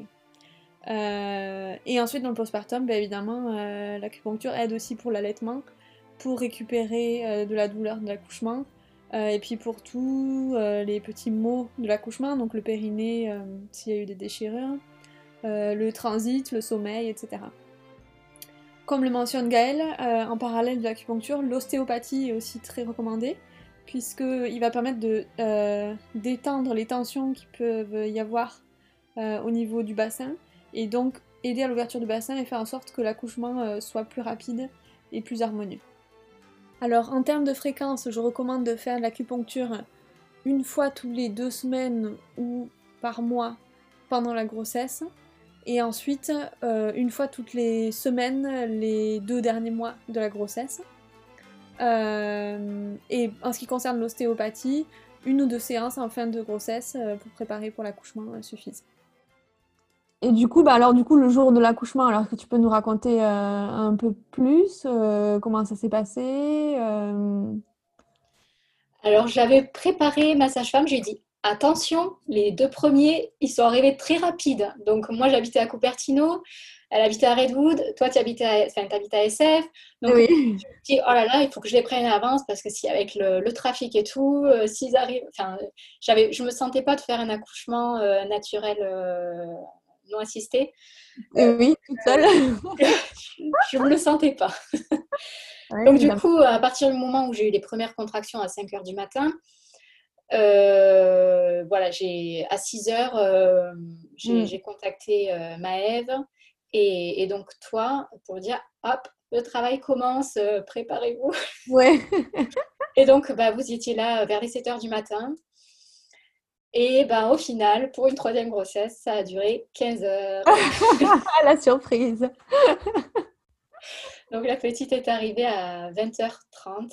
Et ensuite dans le postpartum, bah, évidemment, l'acupuncture aide aussi pour l'allaitement, pour récupérer de la douleur de l'accouchement, et puis pour tous les petits maux de l'accouchement, donc le périnée s'il y a eu des déchirures, le transit, le sommeil, etc. Comme le mentionne Gaël, en parallèle de l'acupuncture, l'ostéopathie est aussi très recommandée, puisqu'il va permettre de détendre les tensions qui peuvent y avoir au niveau du bassin, et donc aider à l'ouverture du bassin et faire en sorte que l'accouchement soit plus rapide et plus harmonieux. Alors en termes de fréquence, je recommande de faire de l'acupuncture une fois tous les 2 semaines ou par mois pendant la grossesse, et ensuite une fois toutes les semaines les 2 derniers mois de la grossesse. Et en ce qui concerne l'ostéopathie, 1 ou 2 séances en fin de grossesse pour préparer pour l'accouchement suffisent. Et du coup, le jour de l'accouchement, alors est-ce que tu peux nous raconter un peu plus comment ça s'est passé Alors, j'avais préparé ma sage-femme, j'ai dit attention, les 2 premiers, ils sont arrivés très rapides. Donc, moi, j'habitais à Cupertino, elle habitait à Redwood, toi, tu habites à SF. Donc, je me Oui. dis oh là là, il faut que je les prenne à l'avance parce que si avec le trafic et tout, s'ils arrivent, enfin, je me sentais pas de faire un accouchement naturel non assisté. Oui, toute seule. Je me le sentais pas. Ouais, Donc, du évidemment. coup, à partir du moment où j'ai eu les premières contractions à 5 heures du matin, voilà, à 6 heures, Mm. j'ai contacté Maëve et donc toi pour dire hop, le travail commence, préparez-vous. Ouais. Et donc bah, vous étiez là vers les 7 heures du matin. Et ben, au final, pour une troisième grossesse, ça a duré 15 heures. Ah, la surprise. Donc la petite est arrivée à 20h30.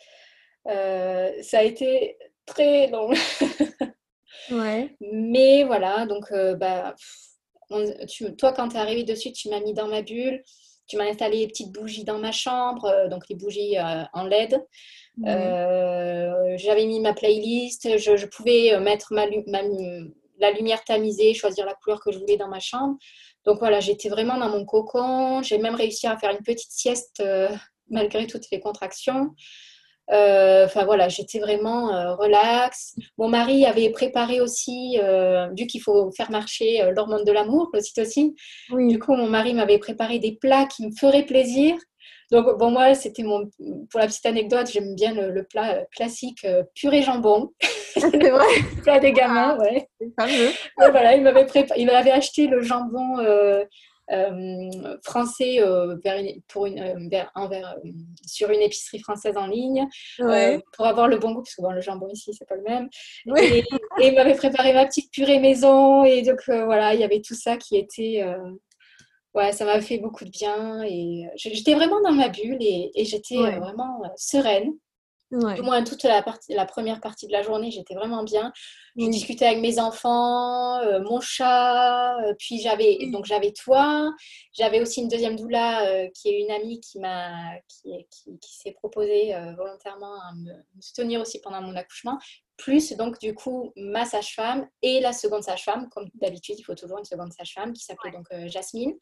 Ça a été très long. Ouais. Mais voilà, donc bah, toi, quand tu es arrivée dessus, tu m'as mis dans ma bulle. Tu m'as installé les petites bougies dans ma chambre, donc les bougies en LED. Ouais. J'avais mis ma playlist. Je pouvais mettre la lumière tamisée, choisir la couleur que je voulais dans ma chambre. Donc voilà, j'étais vraiment dans mon cocon. J'ai même réussi à faire une petite sieste malgré toutes les contractions. Enfin voilà, j'étais vraiment relax. Mon mari avait préparé aussi, vu qu'il faut faire marcher l'hormone de l'amour, l'ocytocine. Du Oui. coup, mon mari m'avait préparé des plats qui me feraient plaisir. Donc bon, moi, pour la petite anecdote, j'aime bien le plat classique purée jambon, C'est vrai, le plat des gamins, ouais. c'est fameux. Ouais, voilà, il m'avait acheté le jambon français sur une épicerie française en ligne Ouais. pour avoir le bon goût, parce que bon, le jambon ici, c'est pas le même. Oui. Et, et il m'avait préparé ma petite purée maison. Et donc, voilà, il y avait tout ça qui était. Ouais, ça m'a fait beaucoup de bien. Et j'étais vraiment dans ma bulle et j'étais Ouais. vraiment sereine. Du Ouais. moins toute la première partie de la journée, j'étais vraiment bien. Je Oui. discutais avec mes enfants, mon chat, puis j'avais toi, j'avais aussi une deuxième doula qui est une amie qui s'est proposée volontairement à me soutenir aussi pendant mon accouchement, plus donc du coup ma sage-femme et la seconde sage-femme, comme d'habitude, il faut toujours une seconde sage-femme qui s'appelait donc Jasmine.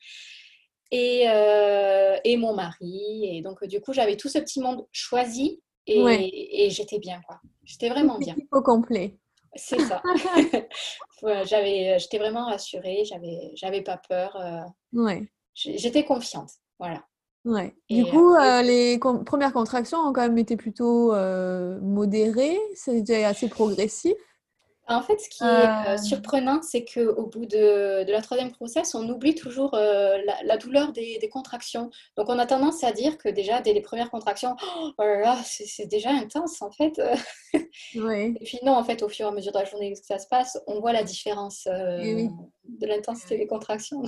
Et mon mari. Et donc, du coup, j'avais tout ce petit monde choisi Ouais. et j'étais bien, quoi. J'étais Tout vraiment bien. l'équipe au complet. C'est ça. Ouais, j'étais vraiment rassurée, j'avais pas peur. Ouais. J'étais confiante. Voilà. Ouais. Du Et coup, après, les premières contractions ont quand même été plutôt modérées. C'était assez progressif. en fait, ce qui est Euh, surprenant, c'est qu'au bout de la troisième grossesse, on oublie toujours la douleur des contractions. Donc, on a tendance à dire que déjà, dès les premières contractions, oh là là, c'est déjà intense, en fait. ouais. Et puis non, en fait, au fur et à mesure de la journée que ça se passe, on voit la différence Et oui. de l'intensité des contractions.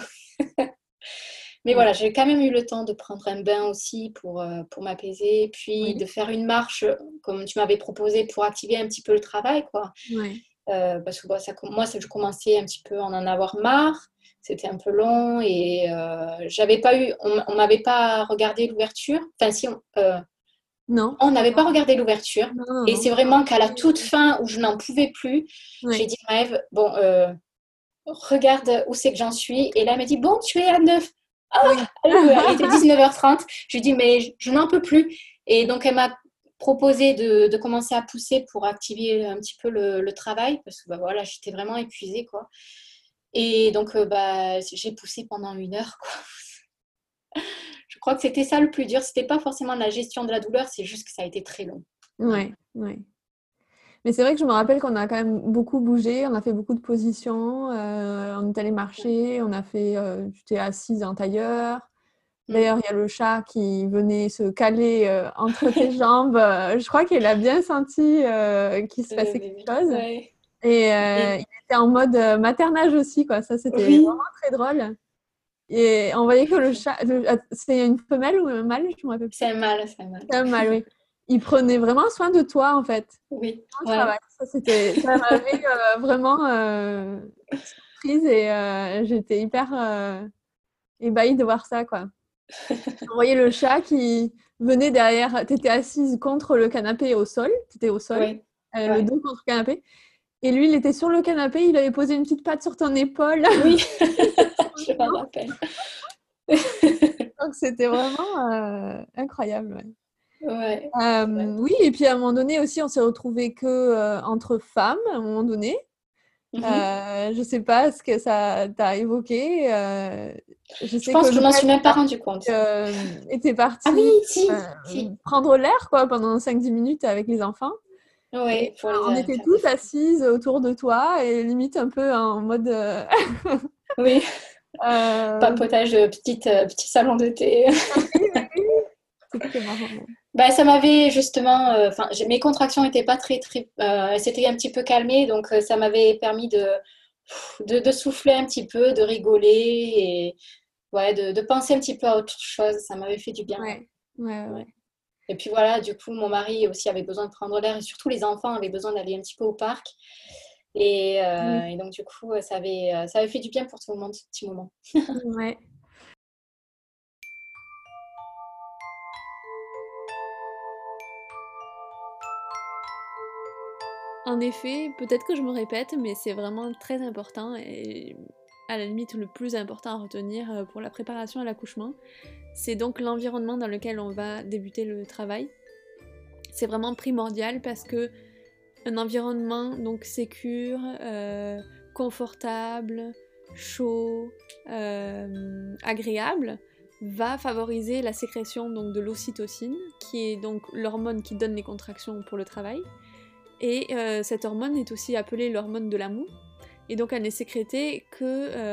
Mais Ouais. voilà, j'ai quand même eu le temps de prendre un bain aussi pour m'apaiser, puis Oui. de faire une marche, comme tu m'avais proposé, pour activer un petit peu le travail, quoi. Ouais. Parce que bon, je commençais un petit peu à en avoir marre. C'était un peu long et on m'avait pas regardé l'ouverture. Enfin, si, Non. on n'avait pas regardé l'ouverture. Non, non, Et non. c'est vraiment qu'à la toute fin où je n'en pouvais plus, j'ai Ouais. dit, Maëve, bon, regarde où c'est que j'en suis. Et là, elle m'a dit, bon, tu es à 9. Ah, Oui. alléluia. Il était 19h30. Je lui ai dit, mais je n'en peux plus. Et donc, elle m'a proposé de commencer à pousser pour activer un petit peu le travail. Parce que bah, voilà, j'étais vraiment épuisée, quoi. Et donc, bah, j'ai poussé pendant 1 heure, quoi. Je crois que c'était ça le plus dur. C'était pas forcément la gestion de la douleur, c'est juste que ça a été très long. Voilà. Ouais. Ouais. Mais c'est vrai que je me rappelle qu'on a quand même beaucoup bougé, on a fait beaucoup de positions, on est allé marcher, on a fait, tu t'es assise en tailleur. Mm. D'ailleurs, il y a le chat qui venait se caler entre tes jambes. Je crois qu'il a bien senti qu'il se passait quelque Bébé. chose. Ouais. Et Et il était en mode maternage aussi, quoi. Ça, c'était vraiment oui, très drôle. Et on voyait que le chat, c'est une femelle ou un mâle? Je me rappelle c'est plus. un mal, c'est un mal. C'est un mâle, oui. il prenait vraiment soin de toi, en fait, Oui, dans le ouais. travail. Ça m'avait vraiment surprise et j'étais hyper ébahie de voir ça, quoi. On voyait le chat qui venait derrière. Tu étais assise contre le canapé au sol. Tu étais au sol, Oui, le ouais. dos contre le canapé. Et lui, il était sur le canapé. Il avait posé une petite patte sur ton épaule. Oui, je m'en rappelle. Donc, c'était vraiment incroyable. Ouais. Ouais, c'est vrai. Oui, et puis à un moment donné aussi, on s'est retrouvés que entre femmes, à un moment donné. Mhm. Je sais pas ce que ça t'a évoqué. Je Je sais que pense que je m'en Lucas suis même pas rendu compte. était Ah oui, parti si, si. prendre l'air quoi, pendant 5-10 minutes avec les enfants. Et Oui, pour les on était faire des toutes photos. assises autour de toi et limite un peu en mode Oui, euh, papotage, petit salon de thé. oui, oui, oui. C'était marrant. Bah, ça m'avait justement, enfin, mes contractions n'étaient pas très, elles s'étaient un petit peu calmées, donc ça m'avait permis de souffler un petit peu, de rigoler et ouais, de penser un petit peu à autre chose. Ça m'avait fait du bien. Ouais, ouais, Ouais. ouais. Et puis voilà, du coup, mon mari aussi avait besoin de prendre l'air et surtout les enfants avaient besoin d'aller un petit peu au parc. Oui, Et donc, du coup, ça avait fait du bien pour tout le monde, ce petit moment. ouais. En effet, peut-être que je me répète, mais c'est vraiment très important et à la limite le plus important à retenir pour la préparation à l'accouchement. C'est donc l'environnement dans lequel on va débuter le travail. C'est vraiment primordial parce que un environnement donc sécure, confortable, chaud, agréable va favoriser la sécrétion donc de l'ocytocine, qui est donc l'hormone qui donne les contractions pour le travail. Et cette hormone est aussi appelée l'hormone de l'amour. Et donc elle n'est sécrétée que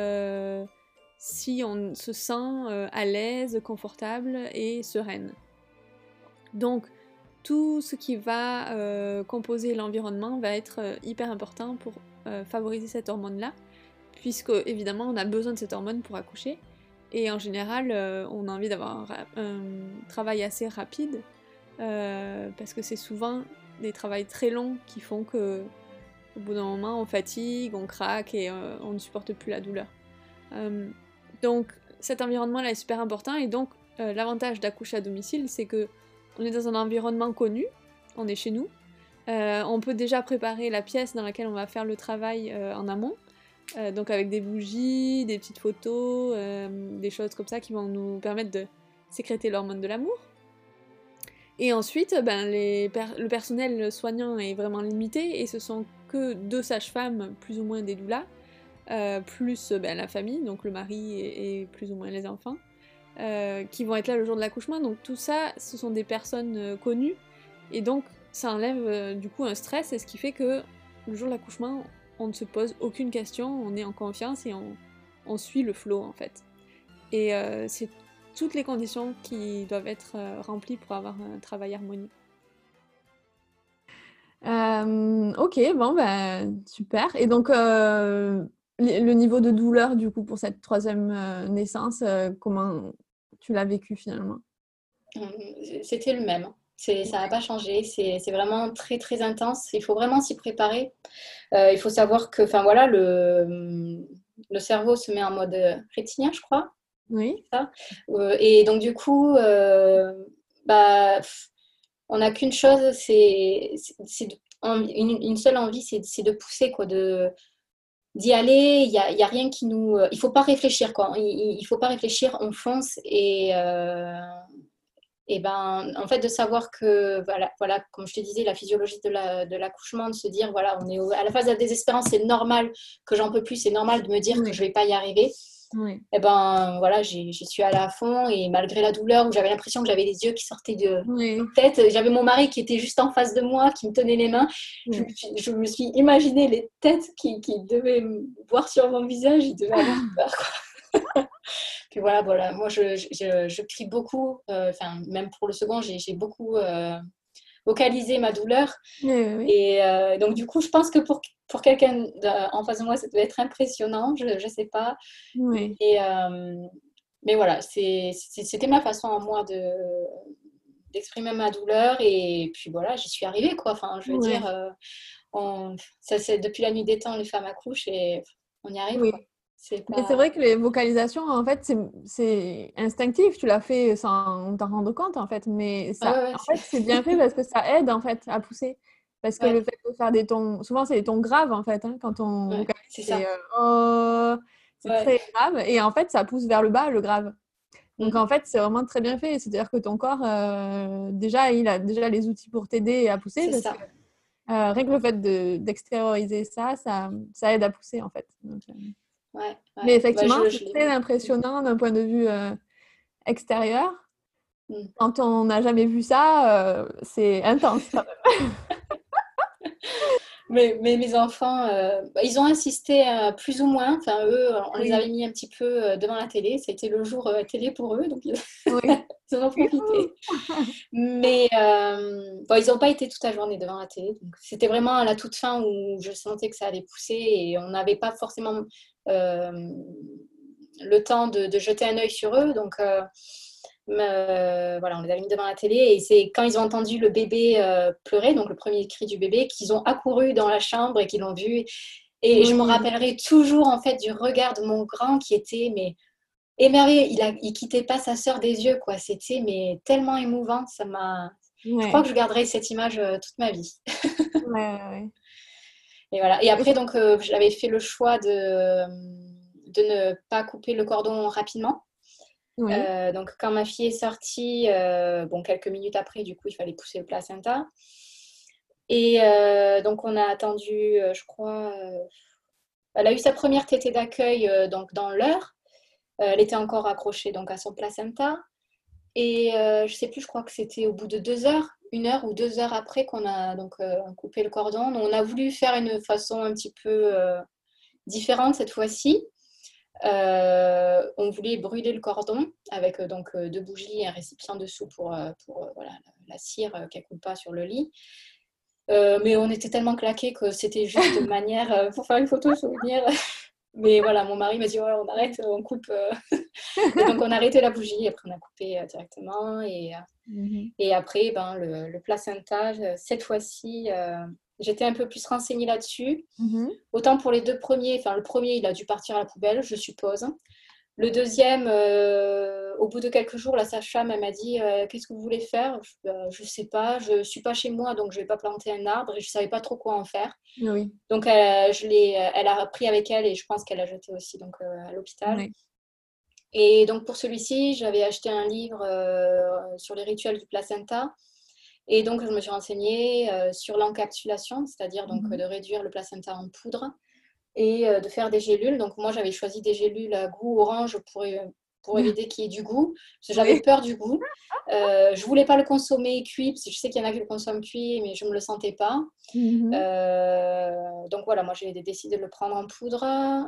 si on se sent à l'aise, confortable et sereine. Donc tout ce qui va composer l'environnement va être hyper important pour favoriser cette hormone-là, puisque évidemment on a besoin de cette hormone pour accoucher. Et en général, on a envie d'avoir un travail assez rapide, parce que c'est souvent des travails très longs qui font que au bout d'un moment on fatigue, on craque et on ne supporte plus la douleur. Donc cet environnement là est super important et donc l'avantage d'accoucher à domicile c'est que on est dans un environnement connu, on est chez nous, on peut déjà préparer la pièce dans laquelle on va faire le travail en amont, donc avec des bougies, des petites photos, des choses comme ça qui vont nous permettre de sécréter l'hormone de l'amour. Et ensuite, le personnel soignant est vraiment limité et ce sont que 2 sages-femmes, plus ou moins des doulas, plus la famille, donc le mari et plus ou moins les enfants, qui vont être là le jour de l'accouchement. Donc tout ça, ce sont des personnes connues et donc ça enlève du coup un stress et ce qui fait que le jour de l'accouchement, on ne se pose aucune question, on est en confiance et on suit le flow en fait. Et c'est toutes les conditions qui doivent être remplies pour avoir un travail harmonieux. Ok, bon, ben, super. Et donc, le niveau de douleur, du coup, pour cette troisième naissance, comment tu l'as vécu finalement? C'était le même. Ça n'a pas changé. C'est vraiment très intense. Il faut vraiment s'y préparer. Il faut savoir que, enfin voilà, le cerveau se met en mode rétinien, je crois. Oui, Ça. Et donc du coup, bah, on n'a qu'une chose, une seule envie, c'est de pousser, quoi, d'y aller. Il y a rien qui nous. Il faut pas réfléchir, quoi. Il faut pas réfléchir, on fonce et ben, en fait, de savoir que, voilà, comme je te disais, la physiologie de l'accouchement, de se dire, voilà, on est à la phase de la désespérance, c'est normal que j'en peux plus, c'est normal de me dire que oui, je vais pas y arriver. oui. Et ben, voilà, j'y suis allée à fond et malgré la douleur où j'avais l'impression que j'avais les yeux qui sortaient de Oui, ma tête, j'avais mon mari qui était juste en face de moi, qui me tenait les mains. oui. Je me suis imaginé les têtes qui devaient me voir sur mon visage, ils devaient avoir peur, quoi. Puis voilà, moi je crie beaucoup, enfin même pour le second, j'ai beaucoup vocalisé ma douleur. Oui, oui, oui. Et donc du coup, je pense que pour quelqu'un en face de moi, ça devait être impressionnant, je sais pas. Oui. Mais, mais voilà, c'était ma façon à moi d'exprimer ma douleur. Et puis voilà, j'y suis arrivée, quoi. Enfin, je veux Ouais. dire, ça, c'est depuis la nuit des temps, les femmes accouchent et on y arrive, Oui. quoi. C'est Mais c'est pas... vrai que les vocalisations, en fait, c'est instinctif. Tu l'as fait sans t'en rendre compte, en fait. Mais Ah ça, ouais, ouais, en fait, c'est bien fait parce que ça aide, en fait, à pousser. Parce que ouais, le fait de faire des tons, souvent, c'est des tons graves, en fait, hein, quand on ouais, vocalise, c'est c'est ça. oh, c'est Ouais. très grave. Et en fait, ça pousse vers le bas, le grave. Donc, Mm. en fait, c'est vraiment très bien fait. C'est-à-dire que ton corps, déjà, il a déjà les outils pour t'aider à pousser C'est parce que ça. rien que le fait d'extérioriser ça aide à pousser, en fait. Donc, Ouais, mais ouais. Bah, effectivement, c'est je l'ai très vu. impressionnant d'un point de vue extérieur. Mm. Quand on n'a jamais vu ça, c'est intense quand Mais mes enfants, bah, ils ont insisté plus ou moins. Enfin, eux, on les même. avait mis un petit peu devant la télé. C'était le jour télé pour eux, donc Oui, oui. ils en ont profité. Mais bon, ils n'ont pas été toute la journée devant la télé. Donc c'était vraiment à la toute fin où je sentais que ça allait pousser et on n'avait pas forcément euh, le temps de jeter un œil sur eux. Donc voilà, on les avait mis devant la télé et c'est quand ils ont entendu le bébé pleurer, donc le premier cri du bébé, qu'ils ont accouru dans la chambre et qu'ils l'ont vu. Et je me Oui, rappellerai toujours en fait du regard de mon grand qui était mais émerveillé. Il quittait pas sa sœur des yeux, quoi. C'était mais tellement émouvant. Ça m'a. Je crois ouais, que je garderai cette image toute ma vie. ouais, ouais. Et voilà. Et Et après ça- donc j'avais fait le choix de ne pas couper le cordon rapidement. Oui. Donc, quand ma fille est sortie, bon, quelques minutes après, du coup, il fallait pousser le placenta. Et donc, on a attendu, je crois, elle a eu sa première tétée d'accueil donc dans l'heure. Elle était encore accrochée donc à son placenta. Et je sais plus, je crois que c'était au bout de 2 heures, 1 heure ou 2 heures après qu'on a donc coupé le cordon. Donc, on a voulu faire une façon un petit peu différente cette fois-ci. On voulait brûler le cordon avec donc 2 bougies et un récipient dessous pour voilà, la cire qu'elle ne coule pas sur le lit. Mais on était tellement claqués que c'était juste de manière pour faire une photo souvenir. Mais voilà, mon mari m'a dit ouais, on arrête, on coupe. Et donc on a arrêté la bougie, et après on a coupé directement. Mhm. Et après, ben, le placenta, cette fois-ci, j'étais un peu plus renseignée là-dessus. Mhm. Autant pour les deux premiers, enfin le premier, il a dû partir à la poubelle, je suppose. Le deuxième, au bout de quelques jours, la sage-femme, elle m'a dit qu'est-ce que vous voulez faire? Je sais pas, je suis pas chez moi, donc je vais pas planter un arbre et je savais pas trop quoi en faire. Oui, Donc elle a pris avec elle et je pense qu'elle l'a jeté aussi donc à l'hôpital. oui. Et donc pour celui-ci, j'avais acheté un livre sur les rituels du placenta. Et donc je me suis renseignée sur l'encapsulation, c'est-à-dire donc Mhm. de réduire le placenta en poudre et de faire des gélules. Donc moi, j'avais choisi des gélules à goût orange pour éviter qu'il y ait du goût, parce que j'avais Oui. peur du goût. Je voulais pas le consommer cuit, parce que je sais qu'il y en a qui le consomment cuit, mais je ne me le sentais pas. Mhm. Donc voilà, moi j'ai décidé de le prendre en poudre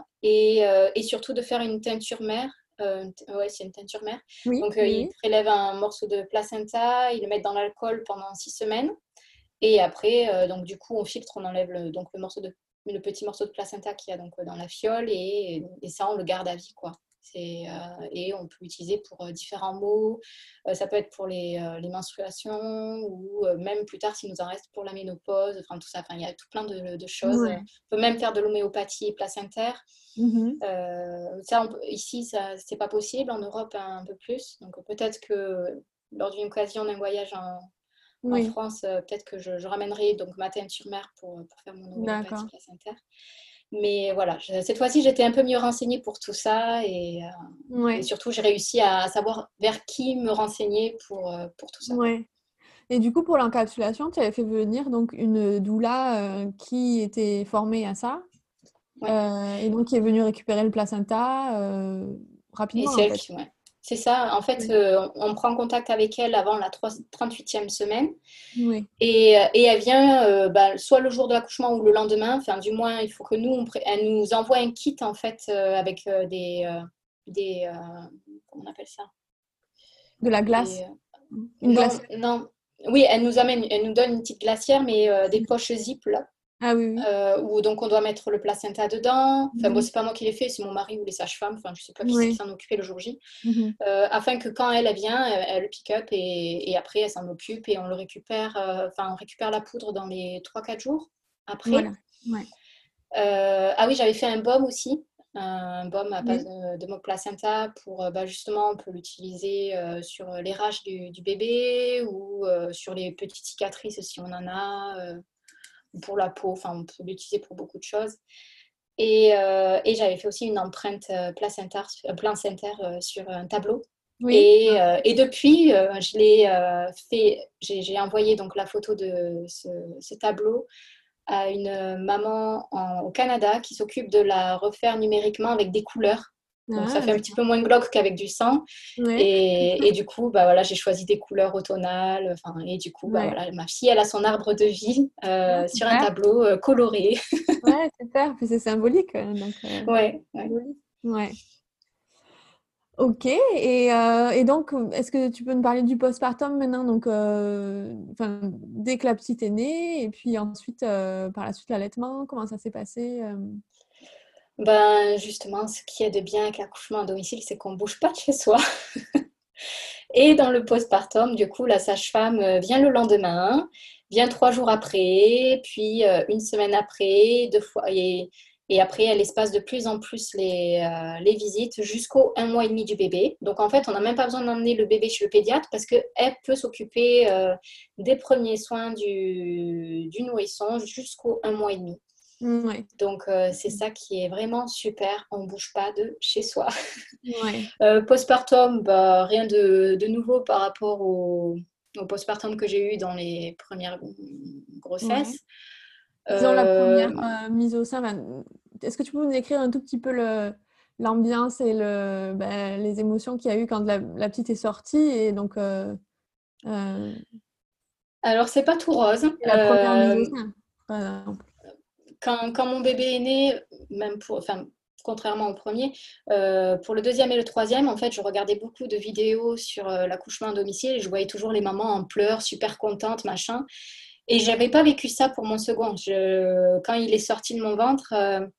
et surtout de faire une teinture mère. Ouais, c'est une teinture mère. Oui, Donc oui, ils oui. prélèvent un morceau de placenta, ils le mettent dans l'alcool pendant 6 semaines. Et après, donc du coup, on filtre, on enlève donc le petit morceau de placenta qu'il y a donc dans la fiole et ça, on le garde à vie, quoi. Et on peut l'utiliser pour différents maux. Ça peut être pour les menstruations ou même plus tard s'il nous en reste pour la ménopause. Enfin, tout ça. Enfin, il y a tout plein de choses. Ouais. On peut même faire de l'homéopathie placentaire. Mhm. Ça, ici, ça, c'est pas possible. En Europe, un peu plus. Donc peut-être que lors d'une occasion d'un voyage en Oui, France, peut-être que je ramènerai donc ma teinture mère pour faire mon homéopathie d'accord. placentaire. Mais voilà, cette fois-ci, j'étais un peu mieux renseignée pour tout ça et Ouais, surtout, j'ai réussi à savoir vers qui me renseigner pour tout ça, quoi. ouais. Et du coup, pour l'encapsulation, tu avais fait venir donc une doula qui était formée à ça Ouais. et donc qui est venue récupérer le placenta Et rapidement c'est en elle fait. qui, ouais. C'est ça, en fait, Oui, on prend contact avec elle avant la 38e semaine. oui, Et elle vient bah, soit le jour de l'accouchement ou le lendemain. Enfin, du moins, il faut que nous, elle nous envoie un kit en fait avec comment on appelle ça? de la Des, glace, une non, glacière. non. Oui, elle nous donne une petite glacière, mais des poches zip là. Ah oui, oui. où donc on doit mettre le placenta dedans. Enfin, bon, Mhm. c'est pas moi qui l'ai fait, c'est mon mari ou les sages-femmes. Enfin, je sais pas qui c'est qui Oui. s'en occupait le jour J. Mhm. Afin que quand elle vient, elle le pick-up et après elle s'en occupe et on le récupère. Enfin, on récupère la poudre dans les 3-4 jours après. Voilà. Ouais. Ah oui, j'avais fait un baume aussi, un baume à base Oui. de mon placenta pour justement, on peut l'utiliser sur les rages du bébé ou sur les petites cicatrices si on en a, pour la peau, enfin on peut l'utiliser pour beaucoup de choses. Et j'avais fait aussi une empreinte placentaire sur un tableau. Oui. Et depuis, je l'ai fait, j'ai envoyé donc la photo de ce tableau à une maman au Canada qui s'occupe de la refaire numériquement avec des couleurs. Donc ça Ah, fait un petit d'accord. peu moins glauque qu'avec du sang. Ouais. Et du coup, bah voilà, j'ai choisi des couleurs automnales. Enfin, et du coup, bah Ouais. voilà, ma fille, elle a son arbre de vie Ah, sur un super. tableau coloré. Ouais, super. Puis c'est symbolique, donc Ouais, ouais. joli. Ouais. Ok. Et donc, est-ce que tu peux nous parler du postpartum maintenant? Donc, enfin, dès que la petite est née, et puis ensuite, par la suite, l'allaitement, comment ça s'est passé? Ben justement, ce qui est de bien avec l'accouchement à domicile, c'est qu'on bouge pas de chez soi. Et dans le postpartum, du coup, la sage-femme vient le lendemain, vient 3 jours après, puis une semaine après, 2 fois. Et après, elle espace de plus en plus les visites jusqu'au 1 mois et demi du bébé. Donc, en fait, on n'a même pas besoin d'emmener le bébé chez le pédiatre parce qu'elle peut s'occuper des premiers soins du nourrisson jusqu'au 1 mois et demi. Ouais. Donc, c'est ça qui est vraiment super. On ne bouge pas de chez soi. Ouais. Postpartum, bah, rien de nouveau par rapport au postpartum que j'ai eu dans les premières Ouais. grossesses. Disons la première Euh, mise au sein. Est-ce que tu peux nous décrire un tout petit peu l'ambiance et les émotions qu'il y a eu quand la petite est sortie et donc euh, alors, c'est pas tout rose. et la première mise au sein, par exemple. Quand mon bébé est né, enfin, contrairement au premier, pour le deuxième et le troisième, en fait, je regardais beaucoup de vidéos sur l'accouchement à domicile et je voyais toujours les mamans en pleurs, super contentes, machin. Et j'avais pas vécu ça pour mon second. Quand il est sorti de mon ventre,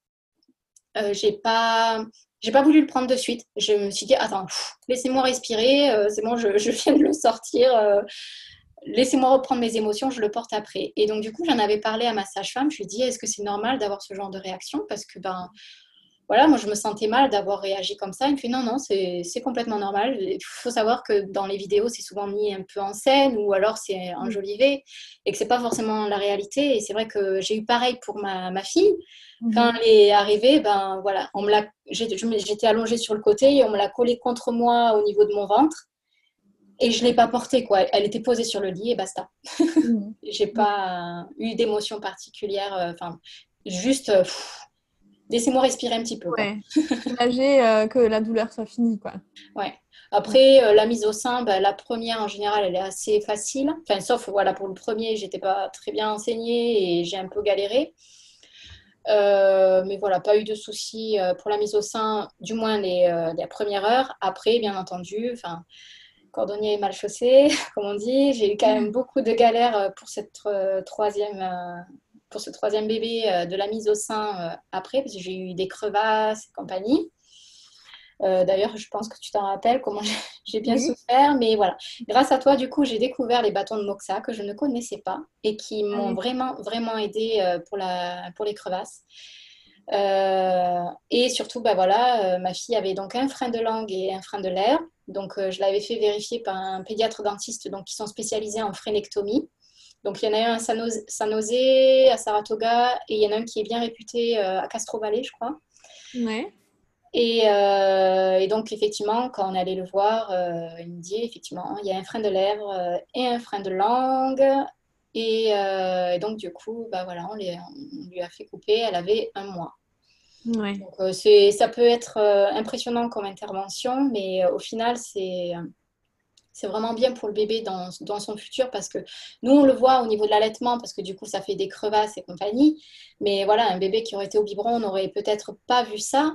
j'ai pas voulu le prendre de suite. Je me suis dit, attends, laissez-moi respirer, c'est bon, je viens de le sortir, laissez-moi reprendre mes émotions, je le porte après. Et donc, du coup, j'en avais parlé à ma sage-femme, je lui ai dit, est-ce que c'est normal d'avoir ce genre de réaction? Parce que, ben, voilà, moi je me sentais mal d'avoir réagi comme ça. Il me fait non, non, c'est complètement normal. Il faut savoir que dans les vidéos, c'est souvent mis un peu en scène ou alors c'est Mm. enjolivé et que c'est pas forcément la réalité. Et c'est vrai que j'ai eu pareil pour ma fille. Quand Mhm. elle est arrivée, ben voilà, j'étais allongée sur le côté et on me l'a collée contre moi au niveau de mon ventre et je l'ai pas portée quoi. Elle était posée sur le lit et basta. Mhm. J'ai Ouais. pas eu d'émotion particulière. Enfin, juste laissez-moi respirer un petit peu quoi. Ouais. Soulager que la douleur soit finie, quoi. Ouais. Ouais. Après, la mise au sein, bah, la première en général, elle est assez facile. Enfin, sauf voilà, pour le premier, j'étais pas très bien enseignée et j'ai un peu galéré. Mais voilà, pas eu de soucis pour la mise au sein, du moins les premières heures. Après, bien entendu, enfin, cordonnier mal chaussé, comme on dit, j'ai eu quand même beaucoup de galères pour ce troisième bébé de la mise au sein après, parce que j'ai eu des crevasses et compagnie. D'ailleurs, je pense que tu t'en rappelles comment j'ai bien Oui. souffert. Mais voilà, grâce à toi, du coup, j'ai découvert les bâtons de Moxa que je ne connaissais pas et qui Ah m'ont oui. vraiment, vraiment aidé pour les crevasses. Et surtout, bah voilà, ma fille avait donc un frein de langue et un frein de l'air. Donc, je l'avais fait vérifier par un pédiatre dentiste donc, qui sont spécialisés en frénectomie. Donc, il y en a un à San José, à Saratoga, et il y en a un qui est bien réputé à Castro Valley, je crois. Ouais. Et donc, effectivement, quand on allait le voir, il me dit, effectivement, il y a un frein de lèvres et un frein de langue. Et donc, du coup, bah, voilà, on lui a fait couper. Elle avait 1 mois. Ouais. Donc, ça peut être impressionnant comme intervention, mais au final, c'est vraiment bien pour le bébé dans son futur parce que nous, on le voit au niveau de l'allaitement parce que du coup, ça fait des crevasses et compagnie. Mais voilà, un bébé qui aurait été au biberon, on n'aurait peut-être pas vu ça.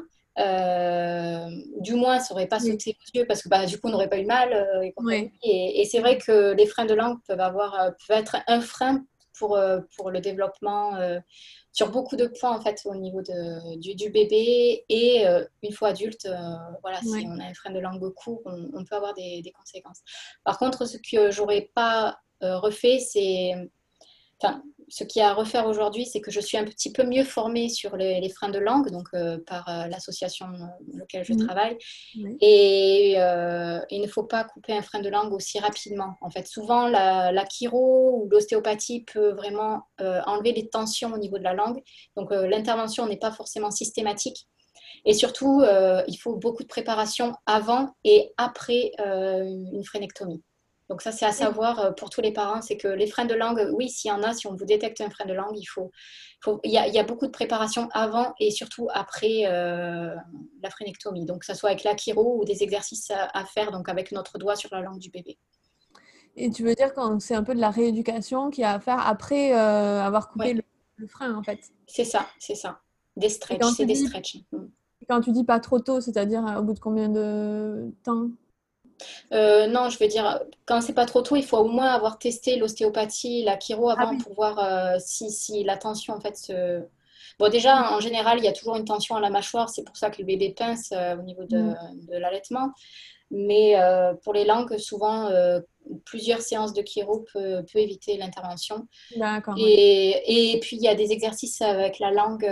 Du moins, ça n'aurait pas Oui. sauté aux yeux parce que bah, du coup, on n'aurait pas eu mal et compagnie. Ouais. Et c'est vrai que les freins de langue peuvent être un frein pour le développement sur beaucoup de points en fait au niveau du bébé et une fois adulte, voilà, si Ouais. on a un frein de langue court, on peut avoir des conséquences. Par contre, ce que j'aurais pas refait, enfin, ce qu'il y a à refaire aujourd'hui, c'est que je suis un petit peu mieux formée sur les freins de langue, donc par l'association dans laquelle je Mhm. travaille. Ouais. Et il ne faut pas couper un frein de langue aussi rapidement. En fait, souvent, la chiro ou l'ostéopathie peut vraiment enlever les tensions au niveau de la langue. Donc, l'intervention n'est pas forcément systématique. Et surtout, il faut beaucoup de préparation avant et après une frénectomie. Donc ça, c'est à savoir pour tous les parents, c'est que les freins de langue, oui, s'il y en a, si on vous détecte un frein de langue, il y a beaucoup de préparation avant et surtout après la frénectomie. Donc, que ce soit avec la chiro ou des exercices à faire, donc avec notre doigt sur la langue du bébé. Et tu veux dire que c'est un peu de la rééducation qu'il y a à faire après avoir coupé Ouais, le frein, en fait. c'est ça, c'est ça. Des Et stretch, c'est des stretch. quand tu dis pas trop tôt, c'est-à-dire au bout de combien de temps? Non, je veux dire, quand c'est pas trop tôt, il faut au moins avoir testé l'ostéopathie, la chiro Ah avant oui. pour voir si la tension en fait se. Bon, déjà, en général, il y a toujours une tension à la mâchoire, c'est pour ça que le bébé pince au niveau Mm. de l'allaitement. Mais pour les langues, souvent, plusieurs séances de chiro peut éviter l'intervention. D'accord, oui. Et puis, il y a des exercices avec la langue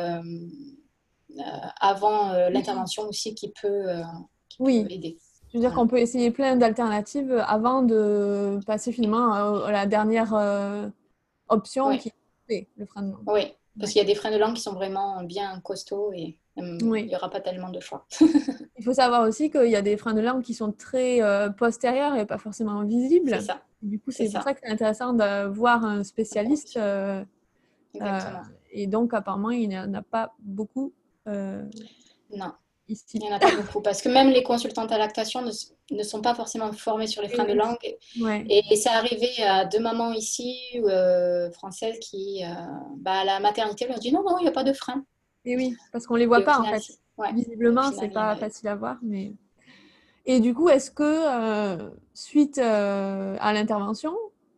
avant Oui. l'intervention aussi qui peut Oui. aider. Je veux dire Voilà. qu'on peut essayer plein d'alternatives avant de passer finalement à la dernière option Ouais. qui est le frein de langue. Oui, parce Ouais. qu'il y a des freins de langue qui sont vraiment bien costauds et il Oui. n'y aura pas tellement de choix. Il faut savoir aussi qu'il y a des freins de langue qui sont très postérieurs et pas forcément C'est visibles. ça, Du coup, c'est c'est pour ça, ça que c'est intéressant de voir un spécialiste. Euh, exactement. et donc, apparemment, il n'y en a pas beaucoup euh, Non, il ici. n'y en a pas beaucoup parce que même les consultantes à lactation ne sont pas forcément formées sur les Et freins de oui, langue. ouais. Et c'est arrivé à deux mamans ici, françaises, qui, bah, à la maternité, leur dit non, non, il n'y a pas de frein. Et oui, parce qu'on les voit Et au pas en final, fait. ouais, et au Visiblement, c'est final, il y en pas avait. facile à voir, mais. Et du coup, est-ce que suite à l'intervention,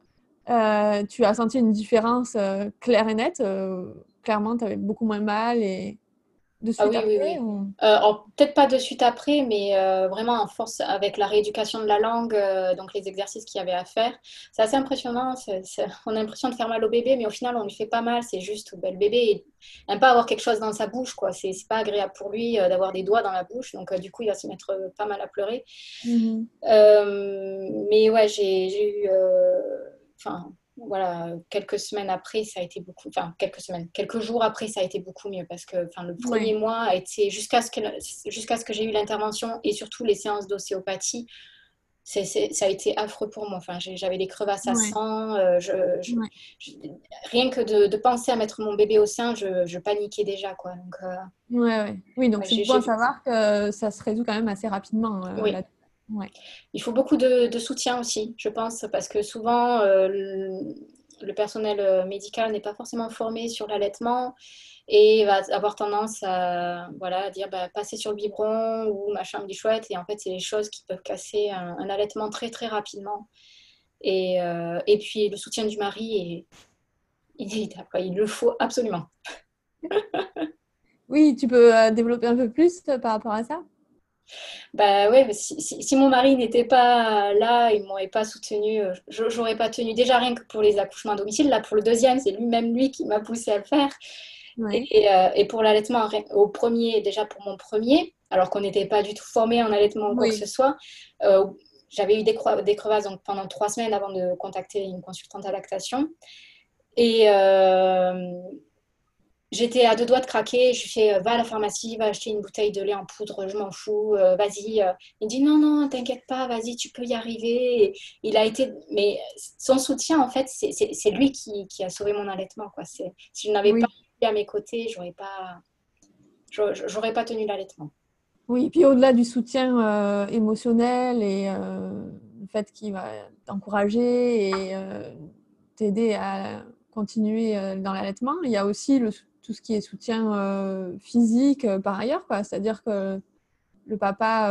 tu as senti une différence claire et nette? Clairement, tu avais beaucoup moins mal et de Ah suite oui, oui, après oui. ou... Alors, peut-être pas de suite après, mais vraiment en force avec la rééducation de la langue, donc les exercices qu'il y avait à faire. C'est assez impressionnant. On a l'impression de faire mal au bébé, mais au final, on lui fait pas mal. C'est juste, ben, le bébé n'aime pas avoir quelque chose dans sa bouche, quoi. C'est pas agréable pour lui d'avoir des doigts dans la bouche. Donc, du coup, il va se mettre pas mal à pleurer. Mhm. Mais ouais, j'ai eu, enfin, voilà, quelques semaines après, ça a été beaucoup, enfin, quelques semaines, quelques jours après, ça a été beaucoup mieux parce que, enfin, le premier Ouais, mois a été jusqu'à ce que j'ai eu l'intervention et surtout les séances d'ostéopathie, ça a été affreux pour moi. Enfin, j'avais des crevasses à ouais, sang, ouais, je- rien que de penser à mettre mon bébé au sein, je paniquais déjà, quoi. Donc, ouais, ouais. Oui, donc ouais, c'est bon à savoir que ça se résout quand même assez rapidement là. oui. Ouais. Il faut beaucoup de soutien aussi, je pense, parce que souvent, le personnel médical n'est pas forcément formé sur l'allaitement et va avoir tendance à, voilà, à dire bah, passer sur le biberon ou machin du chouette. Et en fait, c'est les choses qui peuvent casser un allaitement très, très rapidement. Et puis, le soutien du mari est inévitable, quoi. Il le faut absolument. Oui, tu peux développer un peu plus par rapport à ça? Bah ouais, si mon mari n'était pas là, il m'aurait pas soutenu, j'aurais pas tenu. Déjà rien que pour les accouchements à domicile, là pour le deuxième, c'est lui-même lui qui m'a poussé à le faire. Ouais. Et pour l'allaitement, au premier, déjà pour mon premier, alors qu'on n'était pas du tout formé en allaitement ou quoi que ce Oui. soit, j'avais eu des crevasses donc, pendant 3 semaines avant de contacter une consultante à lactation. Et j'étais à deux doigts de craquer. Je lui fais, va à la pharmacie, va acheter une bouteille de lait en poudre, je m'en fous, vas-y. Il dit, non, non, t'inquiète pas, vas-y, tu peux y arriver. Et il a été, mais son soutien, en fait, c'est lui qui a sauvé mon allaitement, quoi. Si je n'avais pas Oui. eu à mes côtés, j'aurais pas tenu l'allaitement. Oui, puis au-delà du soutien émotionnel et le fait qu'il va t'encourager et t'aider à continuer dans l'allaitement, il y a aussi tout ce qui est soutien physique par ailleurs, quoi. C'est-à-dire que le papa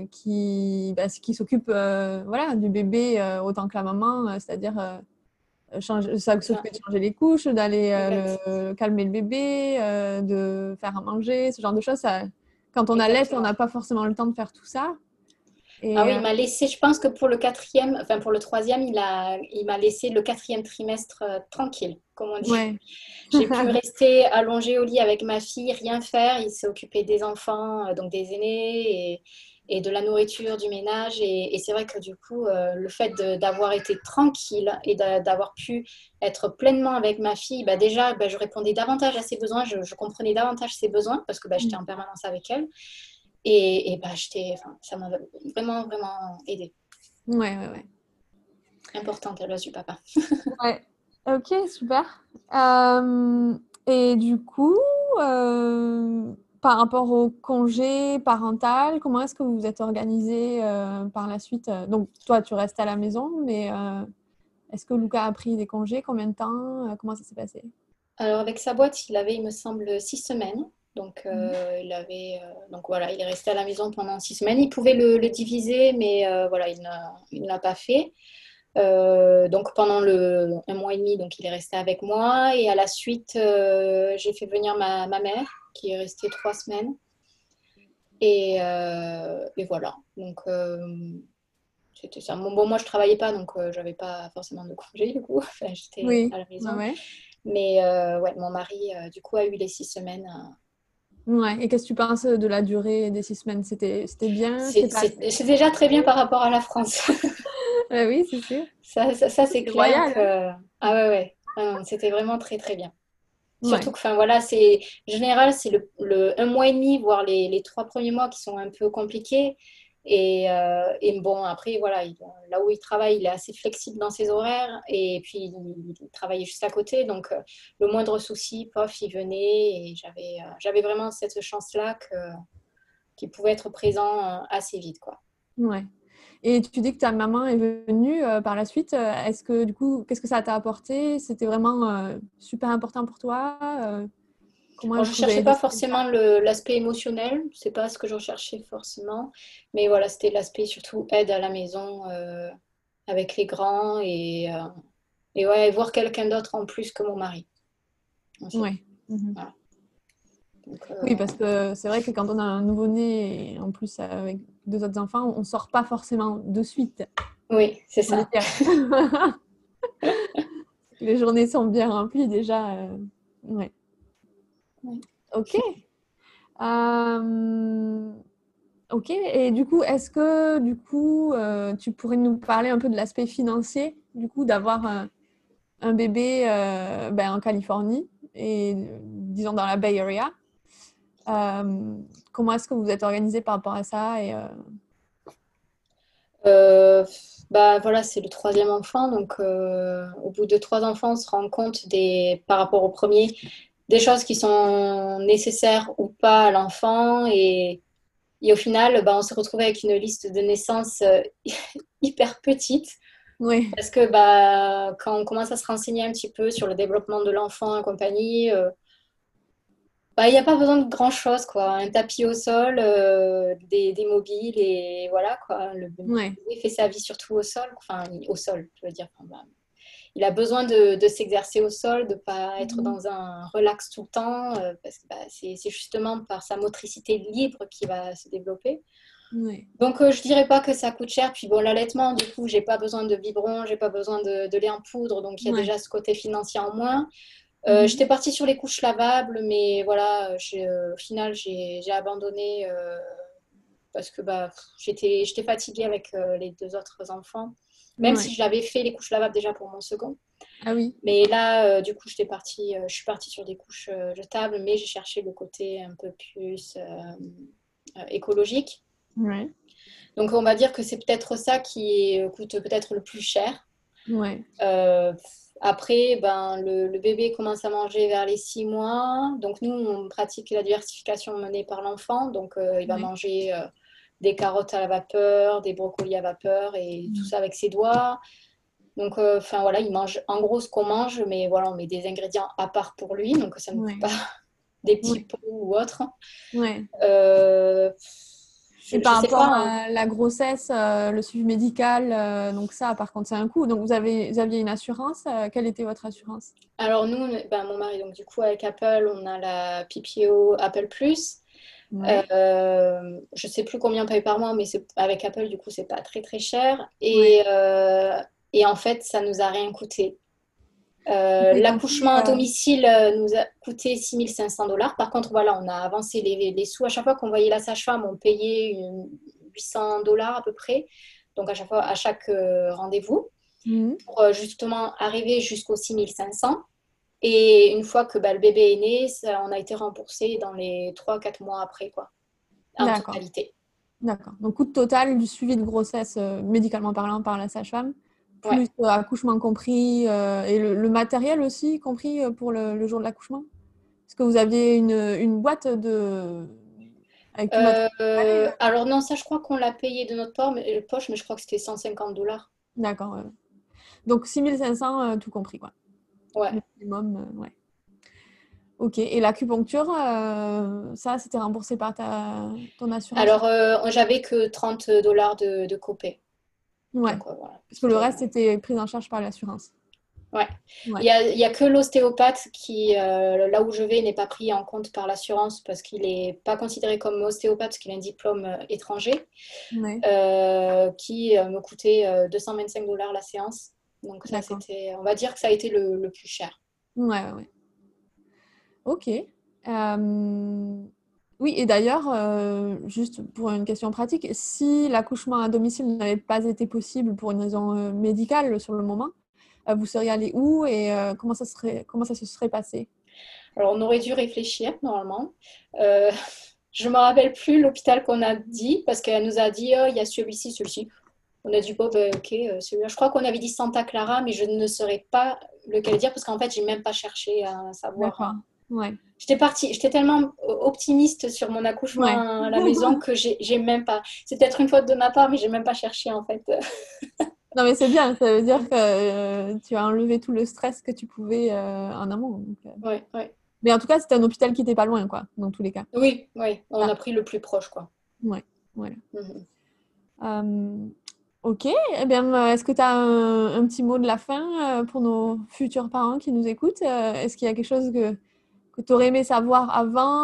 qui s'occupe voilà, du bébé autant que la maman, c'est-à-dire ça s'occuper de changer les couches, d'aller Exact. calmer le bébé, de faire à manger, ce genre de choses. Ça, quand on allait, on Exactement. n'a pas forcément le temps de faire tout ça. Ah Et oui, il m'a laissé, je pense que pour le quatrième, enfin pour le troisième, il m'a laissé le quatrième trimestre tranquille, comme on dit. ouais, J'ai pu rester allongée au lit avec ma fille, rien faire. Il s'est occupé des enfants, donc des aînés, et de la nourriture, du ménage. Et c'est vrai que du coup, le fait d'avoir été tranquille et d'avoir pu être pleinement avec ma fille, bah déjà, bah, je répondais davantage à ses besoins, je comprenais davantage ses besoins parce que bah, j'étais en permanence avec elle. Et bah, enfin, ça m'a vraiment, vraiment aidée. ouais, ouais, ouais. Importante la place du papa. Ouais. Ok, super. Et du coup, par rapport au congé parental, comment est-ce que vous vous êtes organisé par la suite? Donc, toi, tu restes à la maison, mais est-ce que Luca a pris des congés? Combien de temps? Comment ça s'est passé? Alors avec sa boîte, il avait, il me semble, 6 semaines. Donc, Mhm. donc voilà, il est resté à la maison pendant 6 semaines. Il pouvait le diviser, mais voilà, il ne l'a pas fait. Donc pendant un mois et demi, donc il est resté avec moi. Et à la suite, j'ai fait venir ma mère, qui est restée 3 semaines. Et voilà. Donc c'était ça. Bon, moi je travaillais pas, donc j'avais pas forcément de congé du coup. Enfin, j'étais Oui, à la ouais, maison. ouais. Mais ouais, mon mari, du coup, a eu les 6 semaines. Ouais. Et qu'est-ce que tu penses de la durée des 6 semaines? C'était bien? C'était pas assez? C'est déjà très bien par rapport à la France. Oui, c'est sûr. Ça, c'est C'est clair royal, hein? que... Ah ouais, ouais. Ah non, c'était vraiment très, très bien. Surtout Ouais. que, enfin, voilà, en général, c'est un mois et demi, voire les 3 premiers mois qui sont un peu compliqués. Et bon, après, voilà, là où il travaille, il est assez flexible dans ses horaires. Et puis, il travaillait juste à côté. Donc, le moindre souci, pof, il venait. Et j'avais vraiment cette chance-là qu'il pouvait être présent assez vite, quoi. Ouais. Et tu dis que ta maman est venue par la suite. Est-ce que du coup, qu'est-ce que ça t'a apporté? C'était vraiment super important pour toi? Comment Alors, elle je pouvait cherchais aider pas ça? forcément l'aspect émotionnel, c'est pas ce que je recherchais forcément, mais voilà, c'était l'aspect surtout aide à la maison avec les grands et ouais, voir quelqu'un d'autre en plus que mon mari, en fait. Ouais. Mhm. Voilà. Donc, Oui, parce que c'est vrai que quand on a un nouveau-né et en plus avec deux autres enfants, on sort pas forcément de suite. oui, c'est On va ça. dire. Les journées sont bien remplies déjà. Ouais. Oui. Ok. Euh, Ok, et du coup, est-ce que du coup, tu pourrais nous parler un peu de l'aspect financier, du coup, d'avoir un bébé en Californie et disons dans la Bay Area. Comment est-ce que vous êtes organisé par rapport à ça Euh, Bah voilà, c'est le troisième enfant, donc au bout de 3 enfants, on se rend compte par rapport au premier, des choses qui sont nécessaires ou pas à l'enfant et au final, bah, on se retrouve avec une liste de naissances hyper petite. Oui, Parce que bah, quand on commence à se renseigner un petit peu sur le développement de l'enfant et compagnie, bah, il n'y a pas besoin de grand-chose, quoi. Un tapis au sol, des mobiles et voilà, quoi. Le ouais, bébé fait sa vie surtout au sol. Enfin, au sol, je veux dire. Enfin, bah, il a besoin de s'exercer au sol, de ne pas être mhm, dans un relax tout le temps, parce que bah, c'est justement par sa motricité libre qu'il va se développer. ouais, Donc, je dirais pas que ça coûte cher. Puis bon, l'allaitement, du coup, j'ai pas besoin de biberon, j'ai pas besoin de lait en poudre, donc il y a ouais, déjà ce côté financier en moins. mhm, J'étais partie sur les couches lavables, mais voilà, au final, j'ai abandonné parce que bah, j'étais fatiguée avec les deux autres enfants, même si ouais. je l'avais fait les couches lavables déjà pour mon second. Ah oui, Mais là, du coup, je suis partie sur des couches jetables, mais j'ai cherché le côté un peu plus écologique. ouais, Donc, on va dire que c'est peut-être ça qui coûte peut-être le plus cher. ouais, Euh, Après, ben, le bébé commence à manger vers les 6 mois. Donc, nous, on pratique la diversification menée par l'enfant. Donc, il va ouais, manger des carottes à la vapeur, des brocolis à vapeur et tout ça avec ses doigts. Donc, enfin voilà, il mange en gros ce qu'on mange, mais voilà, on met des ingrédients à part pour lui. Donc, ça ne coûte ouais, pas des petits ouais, pots ou autre. ouais, Euh, Et par sais rapport pas. Hein. à la grossesse, le suivi médical, donc ça, par contre, c'est un coût. Donc, vous aviez une assurance. Quelle était votre assurance? Alors nous, mon mari, donc du coup avec Apple, on a la PPO Apple Plus. Ouais, Je sais plus combien on paye par mois, mais avec Apple, du coup, c'est pas très très cher. ouais. Et en fait, ça nous a rien coûté. C'était compris. L'accouchement à domicile nous a coûté 6 500 $. Par contre, voilà, on a avancé les sous. À chaque fois qu'on voyait la sage-femme, on payait 800 $ à peu près. Donc, à chaque fois, à chaque rendez-vous, Mhm. pour justement arriver jusqu'aux 6 500. Et une fois que le bébé est né, on a été remboursé dans les 3 4 mois après, quoi, en D'accord, totalité. d'accord. Donc, coût total du suivi de grossesse, médicalement parlant, par la sage-femme, Ouais. plus accouchement compris, et le matériel aussi compris pour le jour de l'accouchement. Est-ce que vous aviez une boîte avec tout matériel qu'il fallait? Alors non, ça je crois qu'on l'a payé de notre poche, mais je crois que c'était 150 $. D'accord. Donc, 6 500, tout compris, quoi. Ouais. Le minimum, ouais. Ok. Et l'acupuncture, ça, c'était remboursé par ton assurance Alors aussi? j'avais que 30 $ de copay. Ouais. Donc voilà, Parce que le c'était... reste, c'était pris en charge par l'assurance. Ouais. Ouais. Il y a que l'ostéopathe qui, là où je vais, n'est pas pris en compte par l'assurance parce qu'il n'est pas considéré comme ostéopathe parce qu'il a un diplôme étranger Ouais. qui me coûtait 225 $ la séance. Donc ça, D'accord. c'était, on va dire que ça a été le plus cher. Ouais, ouais, ouais. Ok. Oui, et d'ailleurs, juste pour une question pratique, si l'accouchement à domicile n'avait pas été possible pour une raison médicale sur le moment, vous seriez allé où et comment ça se serait passé? Alors on aurait dû réfléchir normalement. Euh, Je me rappelle plus l'hôpital qu'on a dit parce qu'elle nous a dit oh, il y a celui-ci, celui-ci. On a dit bon ben ok celui-là. Je crois qu'on avait dit Santa Clara, mais je ne saurais pas lequel dire parce qu'en fait j'ai même pas cherché à savoir. D'accord. Ouais. J'étais tellement optimiste sur mon Ouais. accouchement à la maison que j'ai même pas. C'est peut-être une faute de ma part, mais j'ai même pas cherché en fait. Non, mais c'est bien, ça veut dire que tu as enlevé tout le stress que tu pouvais en amont. Ouais, ouais. Mais en tout cas, c'était un hôpital qui n'était pas loin, quoi, dans tous les cas. Oui, oui. On Ah, a pris le plus proche quoi. ouais, voilà. Mhm. Euh, ok, eh bien, est-ce que tu as un petit mot de la fin pour nos futurs parents qui nous écoutent? Est-ce qu'il y a quelque chose que tu aurais aimé savoir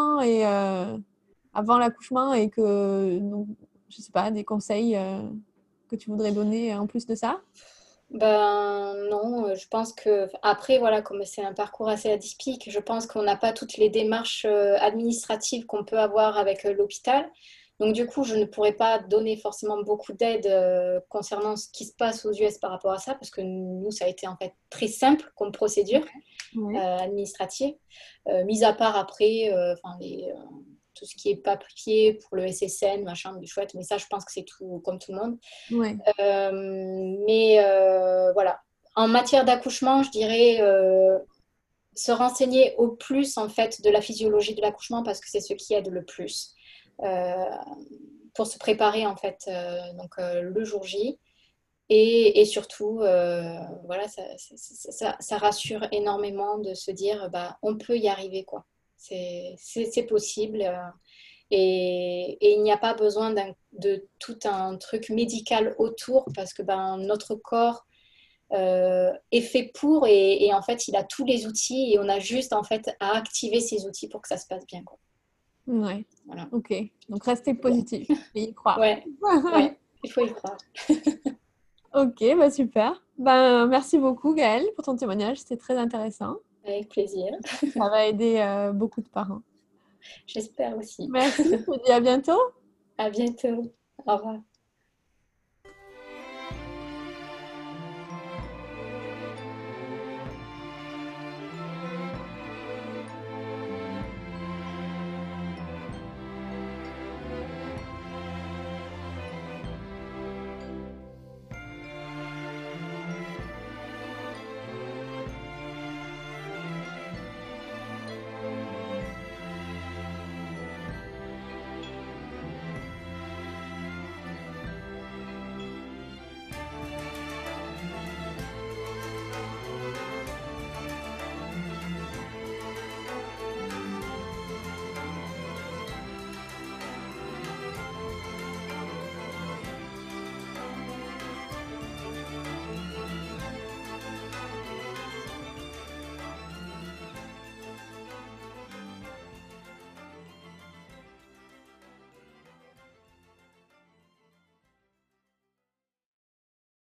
avant l'accouchement et que, donc, je sais pas, des conseils que tu voudrais donner en plus de ça? Ben non, je pense que après voilà, comme c'est un parcours assez atypique, je pense qu'on n'a pas toutes les démarches administratives qu'on peut avoir avec l'hôpital. Donc du coup, je ne pourrais pas donner forcément beaucoup d'aide concernant ce qui se passe aux US par rapport à ça, parce que nous, ça a été en fait très simple comme procédure Ouais. administrative, mis à part après, enfin tout ce qui est papier pour le SSN, machin, du chouette, mais ça, je pense que c'est tout comme tout le monde. Ouais. Mais voilà, en matière d'accouchement, je dirais se renseigner au plus en fait de la physiologie de l'accouchement parce que c'est ce qui aide le plus euh, pour se préparer en fait le jour J. Et surtout, voilà, ça rassure énormément de se dire bah, on peut y arriver, quoi. C'est possible. Et il n'y a pas besoin de tout un truc médical autour parce que ben, notre corps est fait pour et en fait il a tous les outils et on a juste en fait à activer ces outils pour que ça se passe bien, quoi. Ouais. Voilà. Ok. Donc, restez Bon. positif et y croire. Ouais, ouais, il faut y croire. Ok, bah super. Ben, merci beaucoup, Gaëlle, pour ton témoignage. C'était très intéressant. Avec plaisir. Ça va aider beaucoup de parents. J'espère aussi. Merci. Je te dis à bientôt. À bientôt. Au revoir.